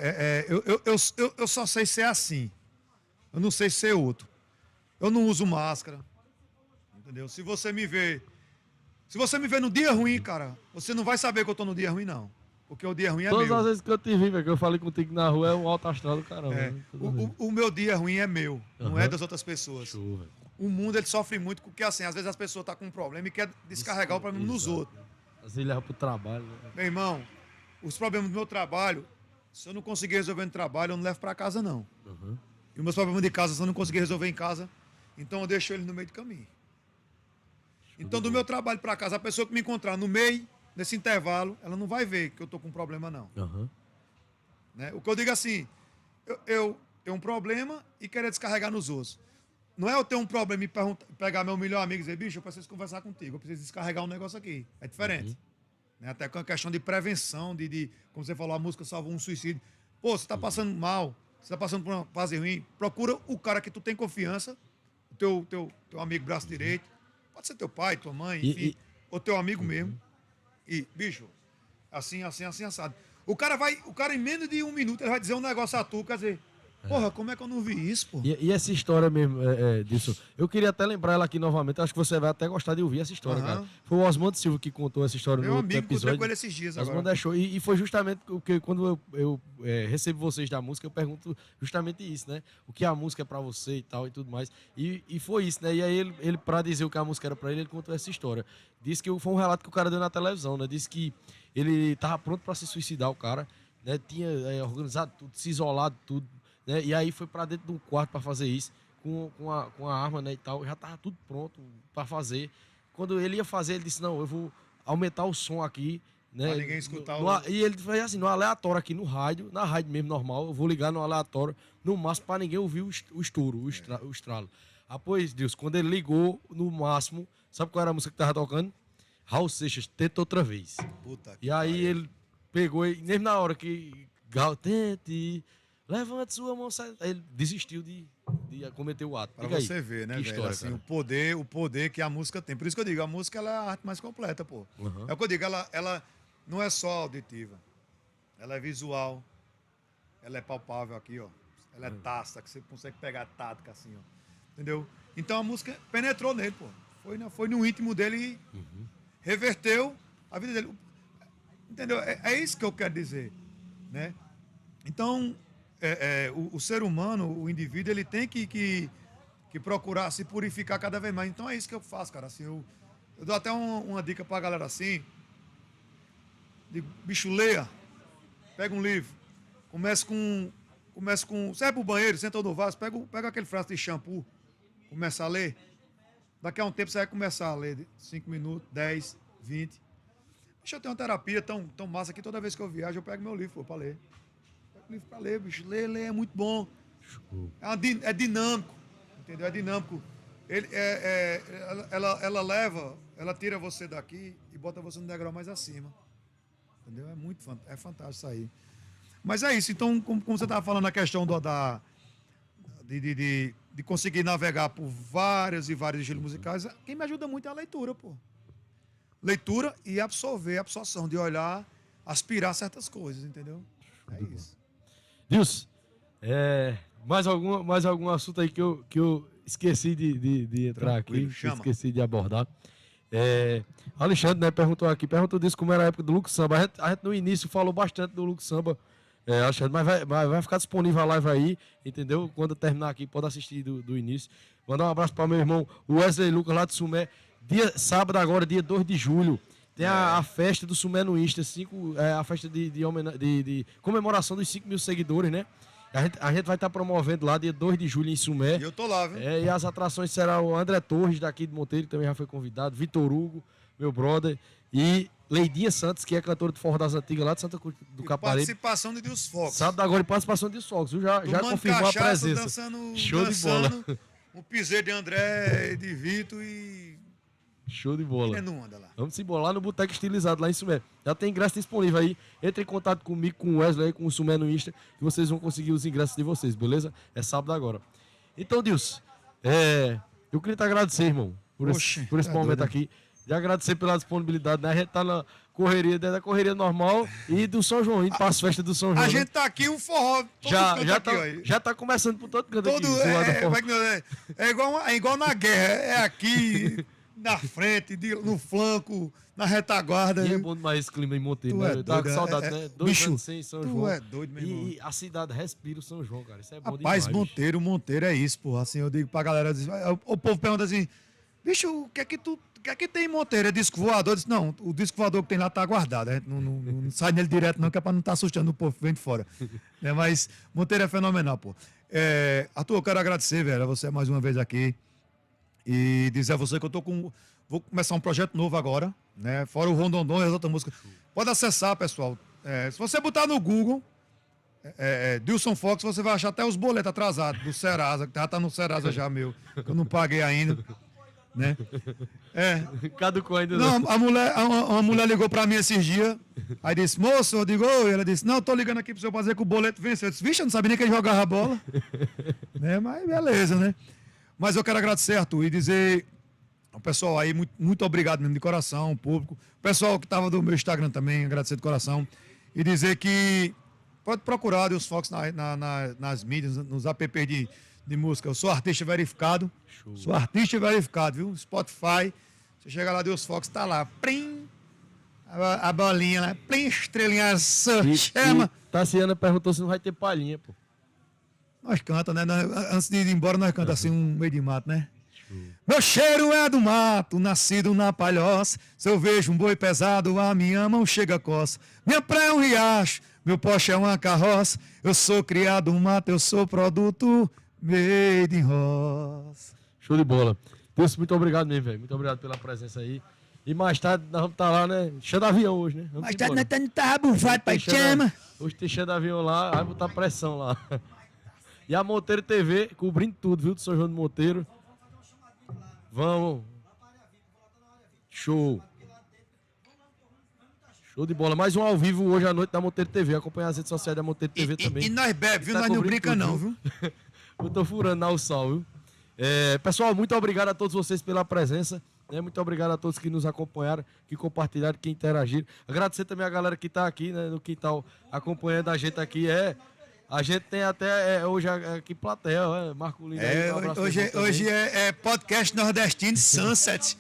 Eu só sei ser assim. Eu não sei ser outro. Eu não uso máscara. Entendeu? Se você me vê no dia ruim, cara, você não vai saber que eu tô no dia ruim, não. Porque o dia ruim é Todas meu. Todas as vezes que eu te vi, velho, que eu falei contigo na rua, é um alto astral do caramba. Né? O meu dia ruim é meu, não é das outras pessoas. Show, o mundo, ele sofre muito, porque assim, às vezes as pessoas estão com um problema e querem descarregar o problema nos outros. Às vezes leva pro trabalho. Né? Meu irmão, os problemas do meu trabalho, se eu não conseguir resolver no trabalho, eu não levo pra casa, não. E os meus problemas de casa, se eu não conseguir resolver em casa, então eu deixo ele no meio do caminho. Então, do meu trabalho para casa, a pessoa que me encontrar no meio, nesse intervalo, ela não vai ver que eu tô com um problema, não. Né? O que eu digo assim, eu tenho um problema e querer descarregar nos outros. Não é eu ter um problema e pegar meu melhor amigo e dizer, bicho, eu preciso conversar contigo, eu preciso descarregar um negócio aqui. É diferente. Né? Até com a questão de prevenção, como você falou, a música salvou um suicídio. Pô, você tá passando mal, você tá passando por uma fase ruim, procura o cara que tu tem confiança, o teu amigo braço direito, pode ser teu pai, tua mãe, enfim, ou teu amigo mesmo. E, bicho, assim, assado. O cara em menos de 1 minuto, ele vai dizer um negócio a tu, quer dizer, porra, como é que eu não vi isso, pô? E essa história mesmo disso, eu queria até lembrar ela aqui novamente, acho que você vai até gostar de ouvir essa história, cara. Foi o Osmando Silva que contou essa história no outro episódio. Meu amigo, com ele esses dias agora. Osmando é show. E foi justamente o que, quando eu recebo vocês da música, eu pergunto justamente isso, né? O que a música é pra você e tal e tudo mais. E foi isso, né? E aí ele pra dizer o que a música era pra ele contou essa história. Disse que foi um relato que o cara deu na televisão, né? Disse que ele tava pronto pra se suicidar, o cara, né? Tinha organizado tudo, se isolado tudo, né? E aí foi para dentro de um quarto para fazer isso, com a arma, né, e tal. Já tava tudo pronto para fazer. Quando ele ia fazer, ele disse, não, eu vou aumentar o som aqui, né? Pra ninguém escutar E ele fez assim, no aleatório aqui no rádio, na rádio mesmo normal, eu vou ligar no aleatório, no máximo para ninguém ouvir o estouro, o estralo. Após, Deus, quando ele ligou, no máximo, sabe qual era a música que tava tocando? Raul Seixas, Tenta Outra Vez. E aí ele pegou, e mesmo na hora que Gal, tente... Levante sua mão, sai. Ele desistiu de cometer o ato. Pra você ver, né, velho? Assim, o poder que a música tem. Por isso que eu digo, a música ela é a arte mais completa, pô. É o que eu digo, ela não é só auditiva. Ela é visual. Ela é palpável aqui, ó. Ela é tática, que você consegue pegar tática assim, ó. Entendeu? Então a música penetrou nele, pô. Foi no íntimo dele e reverteu a vida dele. Entendeu? É isso que eu quero dizer, né? Então... o ser humano, o indivíduo, ele tem que procurar se purificar cada vez mais. Então é isso que eu faço, cara. Assim, eu dou até uma dica pra galera assim. Digo, bicho, leia. Pega um livro. Comece com... Você vai pro banheiro, senta no vaso, pega aquele frasco de shampoo. Começa a ler. Daqui a um tempo você vai começar a ler 5 minutos, 10, 20. Bicho, eu tenho uma terapia tão massa que toda vez que eu viajo eu pego meu livro, pô, pra ler. Livro para ler, bicho. Ler é muito bom. É dinâmico, entendeu? É dinâmico. Ela tira você daqui e bota você no degrau mais acima. Entendeu? É fantástico isso aí. Mas é isso. Então, como você estava falando a questão de conseguir navegar por vários e vários estilos musicais, quem me ajuda muito é a leitura, pô. Leitura e absorção, de olhar, aspirar certas coisas, entendeu? É isso. Nilson, mais algum assunto aí que eu esqueci de entrar aqui, que eu esqueci de abordar. Alexandre, né, perguntou disso como era a época do Luke Samba. A gente no início falou bastante do Luke Samba, Alexandre, mas vai ficar disponível a live aí, entendeu? Quando terminar aqui, pode assistir do início. Mandar um abraço para meu irmão Wesley Lucas lá de Sumé. Sábado agora, dia 2 de julho. Tem a festa do Sumé no Insta, a festa de comemoração dos 5 mil seguidores, né? A gente vai estar promovendo lá dia 2 de julho em Sumé. E eu tô lá, viu? E as atrações serão o André Torres, daqui de Monteiro, que também já foi convidado, Vitor Hugo, meu brother, e Leidinha Santos, que é cantora de forró das antigas lá de Santa Cruz do Caparibe. Participação de Deus Fox. Sábado agora e participação de Deus Fox, viu? Já confirmou a presença. Show de bola. O piseiro de André, de Vitor e... Show de bola. Não anda lá. Vamos embora lá no Boteco Estilizado, lá em Sumé. Já tem ingresso disponível aí. Entre em contato comigo, com o Wesley, com o Sumé no Insta, que vocês vão conseguir os ingressos de vocês, beleza? É sábado agora. Então, Dilson, eu queria te agradecer, irmão, por esse momento aqui. De agradecer pela disponibilidade, né? A gente tá na correria, desde a correria normal e do São João, indo para as festas do São João. A gente tá aqui, um forró. Já tá começando por todo canto aqui. É igual na guerra, é aqui, na frente, no flanco, na retaguarda. E é bom demais esse clima em Monteiro, né? Tá com saudade, né? 2 anos sem São João. Tu é doido, meu irmão. E a cidade respira o São João, cara. Isso é bom demais. demais. Monteiro é isso, porra. Assim, eu digo pra galera, o povo pergunta assim, bicho, o que é que tem em Monteiro? É disco voador? Eu disse, não, o disco voador que tem lá tá guardado. A gente não sai nele direto, não, que é pra não estar assustando o povo que vem de fora. Mas Monteiro é fenomenal, pô. Arthur, eu quero agradecer, velho, a você mais uma vez aqui. E dizer a você que vou começar um projeto novo agora, né? Fora o Rondondon e as outras músicas. Pode acessar, pessoal. Se você botar no Google, Dilson Fox, você vai achar até os boletos atrasados do Serasa, que já tá no Serasa já, meu. Que eu não paguei ainda. Né? Caducou ainda. Não, uma mulher ligou pra mim esses dias. Aí disse, moço, eu digo, oi. Ela disse, não, eu tô ligando aqui pro senhor fazer que o boleto venceu. Eu disse, vixe, eu não sabia nem que ele jogava bola. Né? Mas beleza, né? Mas eu quero agradecer, Arthur, e dizer ao pessoal aí, muito, muito obrigado mesmo de coração, o público. O pessoal que estava do meu Instagram também, agradecer de coração. E dizer que pode procurar Deus Fox nas mídias, nos apps de música. Eu sou artista verificado. Show. Sou artista verificado, viu? Spotify. Você chega lá, Deus Fox, tá lá. Plim! A bolinha lá. Plim, estrelinha azul. Chama. Tassiana perguntou se não vai ter palhinha, pô. Nós canta, né? Antes de ir embora, nós canta assim um meio de mato, né? Meu cheiro é do mato, nascido na palhoça. Se eu vejo um boi pesado, a minha mão chega a coça. Minha praia é um riacho, meu poste é uma carroça. Eu sou criado no mato, eu sou produto made in roça. Show de bola. Deus, muito obrigado mesmo, velho. Muito obrigado pela presença aí. E mais tarde nós vamos estar lá, né? Chão de avião hoje, né? Mais tarde nós estamos bufado pra chama. Hoje tem chão de avião lá, vai botar pressão lá. E a Monteiro TV cobrindo tudo, viu? Do São João de Monteiro. Vamos. Show. Show de bola. Mais um ao vivo hoje à noite da Monteiro TV. Acompanhar as redes sociais da Monteiro TV também. E nós bebe, viu? Nós não brinca não, viu? Eu tô furando na o sal, viu? Pessoal, muito obrigado a todos vocês pela presença. Muito obrigado a todos que nos acompanharam, que compartilharam, que interagiram. Agradecer também a galera que tá aqui, né, no quintal, acompanhando a gente aqui. A gente tem até hoje aqui plateia, Marco Lino. Hoje é podcast nordestino Sunset.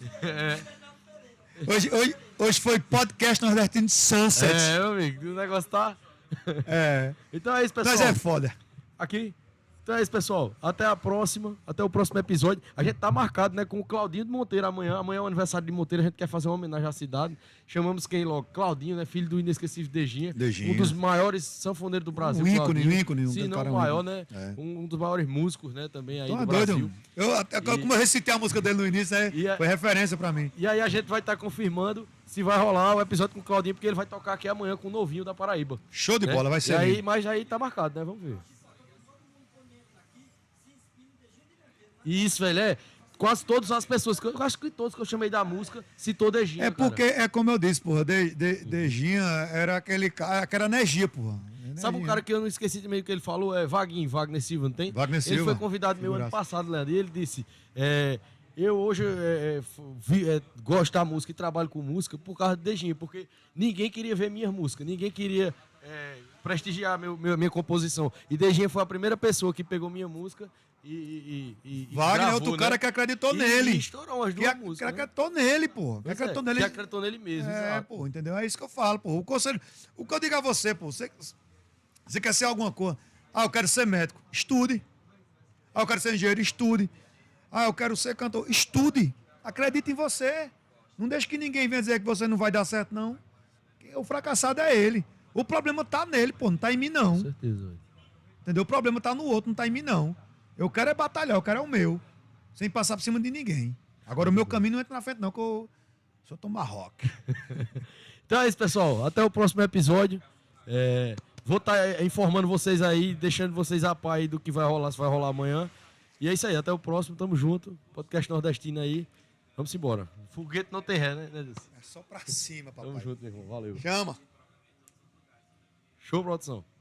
Hoje foi podcast nordestino Sunset. Meu amigo, o negócio tá... Então é isso, pessoal. Mas é foda. Aqui. Então é isso, pessoal. Até a próxima. Até o próximo episódio. A gente tá marcado, né, com o Claudinho de Monteiro amanhã. Amanhã é o aniversário de Monteiro. A gente quer fazer uma homenagem à cidade. Chamamos quem logo? Claudinho, né? Filho do inesquecível Dejinha. Um dos maiores sanfoneiros do Brasil. Um ícone. Se não o maior, né? Um dos maiores músicos, né? Também aí do Brasil. Como eu recitei a música dele no início, né? Foi referência pra mim. E aí a gente vai estar confirmando se vai rolar o episódio com o Claudinho, porque ele vai tocar aqui amanhã com o novinho da Paraíba. Show de bola, vai ser. Mas aí tá marcado, né? Vamos ver. Isso, velho, quase todas as pessoas, eu acho que todos que eu chamei da música, citou Dejinha, porque, cara. Como eu disse, porra, Dejinha era aquele cara, aquela energia, porra. Sabe um cara que eu não esqueci de meio que ele falou? Wagner Silva, não tem? Wagner Silva. Ele foi convidado meu ano passado, Leandro, e ele disse, eu hoje gosto da música e trabalho com música por causa de Dejinha, porque ninguém queria ver minha música, ninguém queria prestigiar minha composição. E Dejinha foi a primeira pessoa que pegou minha música e Wagner é gravou, outro cara que acreditou nele. E estourou umas duas músicas. Que acreditou nele, pô. Que acreditou nele. Que acreditou nele mesmo, exato. Pô, entendeu? É isso que eu falo, pô. O conselho, o que eu digo a você, pô, você quer ser alguma coisa. Eu quero ser médico. Estude. Eu quero ser engenheiro. Estude. Eu quero ser cantor. Estude. Acredite em você. Não deixe que ninguém venha dizer que você não vai dar certo, não. O fracassado é ele. O problema tá nele, pô. Não tá em mim, não. Com certeza, velho. Entendeu? O problema tá no outro, não tá em mim, não. Eu quero é batalhar, eu quero é o meu. Sem passar por cima de ninguém. Agora o meu caminho não entra na frente, não, que eu sou tomahawk. Então é isso, pessoal. Até o próximo episódio. Vou estar informando vocês aí, deixando vocês a par aí do que vai rolar, se vai rolar amanhã. E é isso aí, até o próximo, tamo junto. Podcast nordestino aí. Vamos embora. Foguete não tem ré, né, Deus? É só pra cima, papai. Tamo junto, meu irmão. Valeu. Chama. Show, produção.